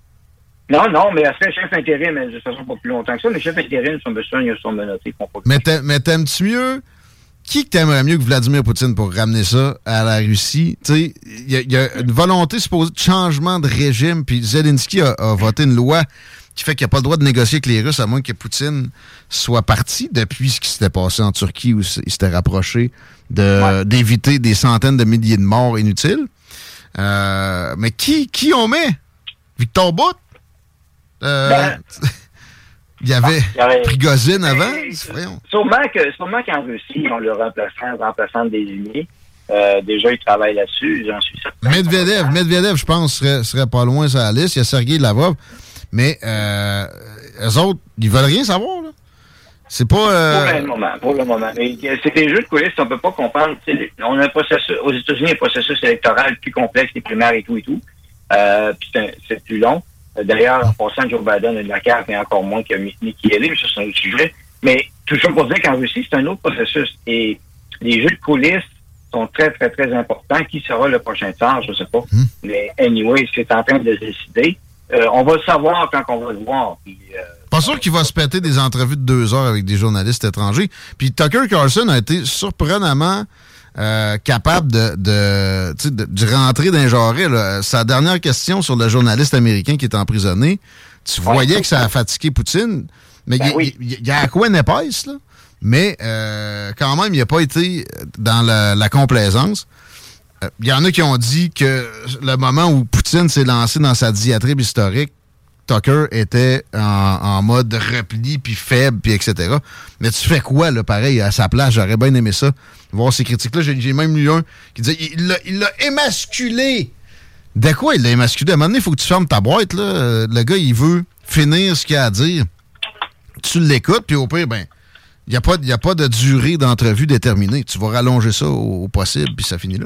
Non, non, mais elle serait chef intérim, mais de toute façon, pas plus longtemps que ça. Mais chef intérim, son besoin, ils sont menottés. Mais, t'a, mais t'aimes-tu mieux? Qui que t'aimerais mieux que Vladimir Poutine pour ramener ça à la Russie? Tu sais, il y, y a une volonté supposée de changement de régime, puis Zelensky a, a voté une loi qui fait qu'il n'a pas le droit de négocier avec les Russes, à moins que Poutine soit parti depuis ce qui s'était passé en Turquie, où il s'était rapproché de, ouais. d'éviter des centaines de milliers de morts inutiles. Euh, mais qui, qui on met? Victor Bout? Euh, ben, il y avait ah, Prigozhin avant. Voyons. Sûrement, que, sûrement qu'en Russie, on le remplaçant, remplaçant désigné. Euh, déjà, il travaille là-dessus, j'en suis certain. Medvedev, Medvedev, je pense, serait, serait pas loin sur la liste. Il y a Sergei Lavrov. Mais euh, eux autres, ils veulent rien savoir. Là. C'est pas... Euh... Pour le moment, pour le moment. Mais c'est des jeux de coulisses, on peut pas comprendre. On a un processus, aux États-Unis, un processus électoral plus complexe, les primaires et tout et tout. Euh, puis c'est, c'est plus long. D'ailleurs, en passant, Joe Biden est de la carte, mais encore moins que Nikki Haley, mais ça, c'est un autre sujet. Mais tout ça pour dire qu'en Russie, c'est un autre processus. Et les jeux de coulisses sont très, très, très importants. Qui sera le prochain tsar, je ne sais pas. Mmh. Mais anyway, c'est en train de se décider. Euh, on va le savoir quand on va le voir. Puis, euh, pas sûr qu'il va se péter des entrevues de deux heures avec des journalistes étrangers. Puis Tucker Carlson a été surprenamment euh, capable de, de, de, de rentrer dans les jarrets. Là. Sa dernière question sur le journaliste américain qui est emprisonné, tu voyais ouais. que ça a fatigué Poutine. Mais ben il oui. y, y, y a à quoi une épaisse, là. Mais euh, quand même, il n'a pas été dans la, la complaisance. Il y en a qui ont dit que le moment où Poutine s'est lancé dans sa diatribe historique, Tucker était en, en mode repli, puis faible, puis et cetera. Mais tu fais quoi, là, pareil, à sa place? J'aurais bien aimé ça, voir ces critiques-là. J'ai, j'ai même lu un qui disait il l'a, il l'a émasculé. De quoi il l'a émasculé? À un moment donné, il faut que tu fermes ta boîte, là. Le gars, il veut finir ce qu'il a à dire. Tu l'écoutes, puis au pire, ben, il n'y a pas, y a pas de durée d'entrevue déterminée. Tu vas rallonger ça au, au possible, puis ça finit là.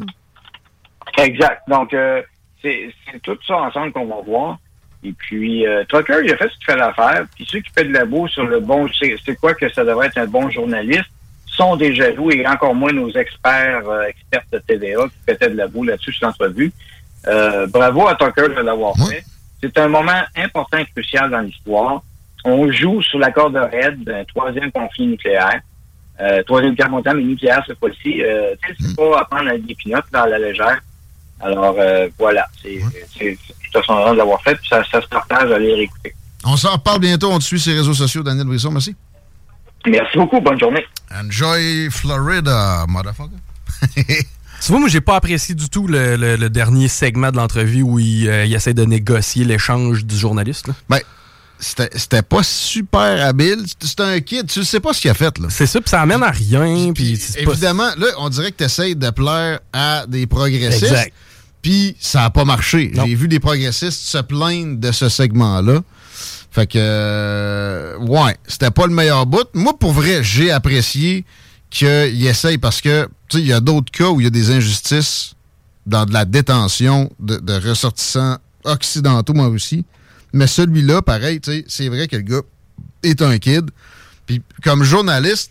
Exact. Donc, euh, c'est, c'est tout ça ensemble qu'on va voir. Et puis, euh, Tucker, il a fait ce qu'il fallait à faire. Puis ceux qui fait de la boue sur le bon, c'est, c'est quoi que ça devrait être un bon journaliste, sont des jaloux et encore moins nos experts, euh, experts de T V A qui faisaient de la boue là-dessus sur l'entrevue. Euh, bravo à Tucker de l'avoir oui. fait. C'est un moment important et crucial dans l'histoire. On joue sur la corde raide d'un troisième conflit nucléaire. Euh, troisième guerre mondiale, mais nucléaire cette fois-ci. Euh, tu sais, c'est mm. pas à prendre des pinottes dans la légère. Alors, euh, voilà. C'est, mm. c'est, c'est tout à son honneur de l'avoir fait, puis ça, ça se partage à les réécouter. On s'en reparle bientôt. On te suit sur les réseaux sociaux. Daniel Brisson, merci. Merci beaucoup. Bonne journée. Enjoy Florida, motherfucker. Tu vois, moi, j'ai pas apprécié du tout le, le, le dernier segment de l'entrevue où il, euh, il essaie de négocier l'échange du journaliste. Là. Ben, c'était, c'était pas super habile. C'était un kid. Tu sais pas ce qu'il a fait, là. C'est ça, puis ça amène à rien. Puis évidemment, pas... là, on dirait que tu essaies de plaire à des progressistes. Exact. Puis ça a pas marché. Non. J'ai vu des progressistes se plaindre de ce segment-là. Fait que, euh, ouais, c'était pas le meilleur bout. Moi, pour vrai, j'ai apprécié qu'il essaye parce que, tu sais, il y a d'autres cas où il y a des injustices dans de la détention de, de ressortissants occidentaux en Russie. Mais celui-là, pareil, tu sais, c'est vrai que le gars est un kid. Puis, comme journaliste,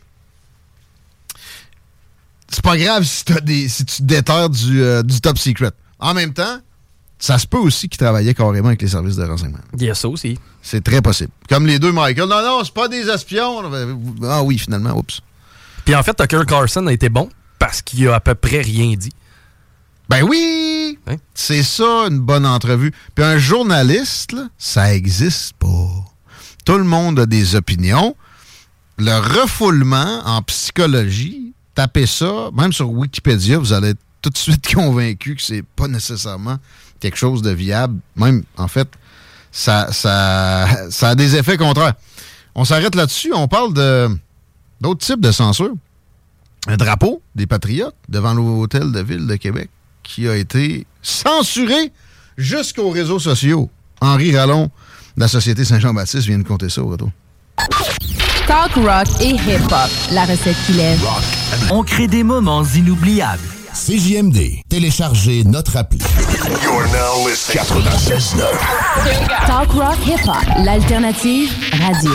c'est pas grave si, t'as des, si tu te déterres du, euh, du top secret. En même temps, ça se peut aussi qu'il travaillait carrément avec les services de renseignement. Il y a ça aussi. C'est très possible. Comme les deux Michael. Non, non, c'est pas des espions. Ah oui, finalement, oups. Puis en fait, Tucker Carlson a été bon parce qu'il a à peu près rien dit. Ben oui! Hein? C'est ça, une bonne entrevue. Puis un journaliste, là, ça existe pas. Tout le monde a des opinions. Le refoulement en psychologie, tapez ça, même sur Wikipédia, vous allez être tout de suite convaincu que c'est pas nécessairement quelque chose de viable. Même, en fait, ça, ça, ça a des effets contraires. On s'arrête là-dessus. On parle de d'autres types de censure. Un drapeau des Patriotes devant l'hôtel de ville de Québec qui a été censuré jusqu'aux réseaux sociaux. Henri Rallon de la Société Saint-Jean-Baptiste vient de compter ça au retour. Talk rock et hip-hop, la recette qui lève. On crée des moments inoubliables. C J M D. Téléchargez notre appli. You're now listening. quatre-vingt-seize neuf. Talk rock hip-hop, l'alternative radio.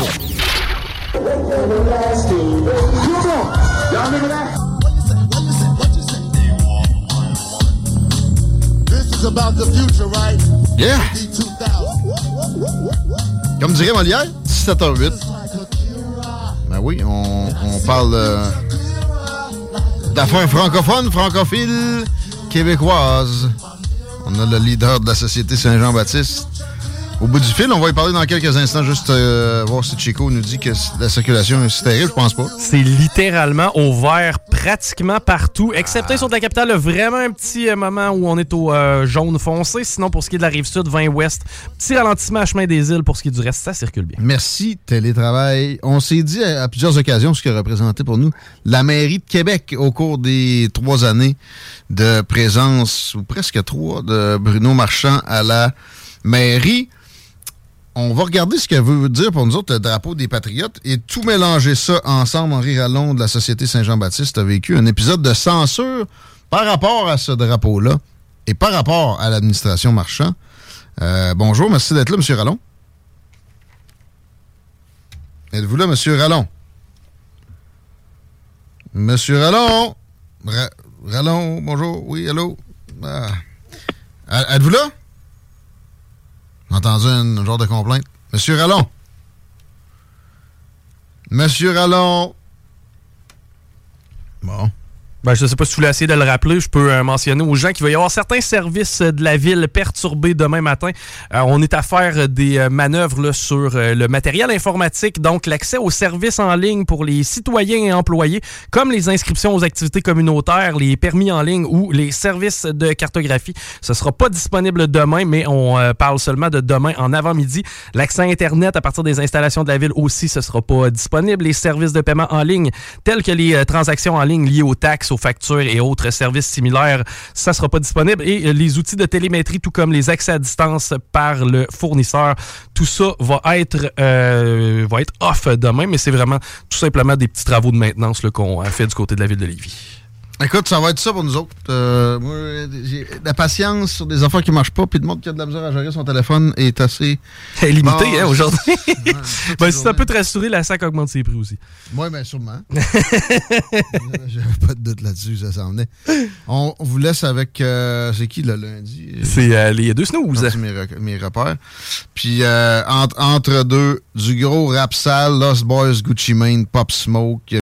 Yeah! Comme dirait Molière, dix-sept heures huit. Ben oui, on, on parle euh, d'affaires francophones, francophiles, québécoises. On a le leader de la Société Saint-Jean-Baptiste au bout du fil. On va y parler dans quelques instants, juste euh, voir si Chico nous dit que la circulation est terrible. Je pense pas. C'est littéralement ouvert pratiquement partout, excepté ah. sur la capitale, vraiment un petit euh, moment où on est au euh, jaune foncé. Sinon, pour ce qui est de la Rive-Sud, vingt ouest, petit ralentissement à chemin des îles. Pour ce qui est du reste, ça circule bien. Merci, télétravail. On s'est dit à, à plusieurs occasions ce que représentait pour nous la mairie de Québec au cours des trois années de présence, ou presque trois, de Bruno Marchand à la mairie. On va regarder ce que veut dire pour nous autres le drapeau des Patriotes et tout mélanger ça ensemble. Henri Rallon de la Société Saint-Jean-Baptiste a vécu un épisode de censure par rapport à ce drapeau-là et par rapport à l'administration Marchand. Euh, bonjour, merci d'être là, M. Rallon. Êtes-vous là, M. Rallon? Monsieur Rallon? Ra- Rallon, bonjour. Oui, allô? Ah. Êtes-vous là? J'ai entendu un, un genre de complainte. Monsieur Rallon? Monsieur Rallon? Bon. Ben, je ne sais pas si tu voulais essayer de le rappeler. Je peux euh, mentionner aux gens qu'il va y avoir certains services de la ville perturbés demain matin. Euh, on est à faire des euh, manœuvres là, sur euh, le matériel informatique, donc l'accès aux services en ligne pour les citoyens et employés, comme les inscriptions aux activités communautaires, les permis en ligne ou les services de cartographie. Ce ne sera pas disponible demain, mais on euh, parle seulement de demain en avant-midi. L'accès à Internet à partir des installations de la ville aussi, ce ne sera pas disponible. Les services de paiement en ligne, tels que les euh, transactions en ligne liées aux taxes, aux factures et autres services similaires, ça ne sera pas disponible. Et les outils de télémétrie, tout comme les accès à distance par le fournisseur, tout ça va être, euh, va être off demain, mais c'est vraiment tout simplement des petits travaux de maintenance là, qu'on a fait du côté de la ville de Lévis. Écoute, ça va être ça pour nous autres. Euh, moi, j'ai la patience sur des affaires qui marchent pas, puis le monde qui a de la misère à gérer son téléphone est assez... Elle est limitée, bon, hein, aujourd'hui. Ouais, ben, si ça peut te rassurer, la S A C augmente ses prix aussi. Oui, bien sûrement. J'avais pas de doute là-dessus, ça s'en venait. On vous laisse avec... Euh, c'est qui, le lundi? C'est euh, les deux snooze. C'est mes, re- mes repères. Puis, euh, entre, entre deux, du gros rap sale, Lost Boys, Gucci Mane, Pop Smoke...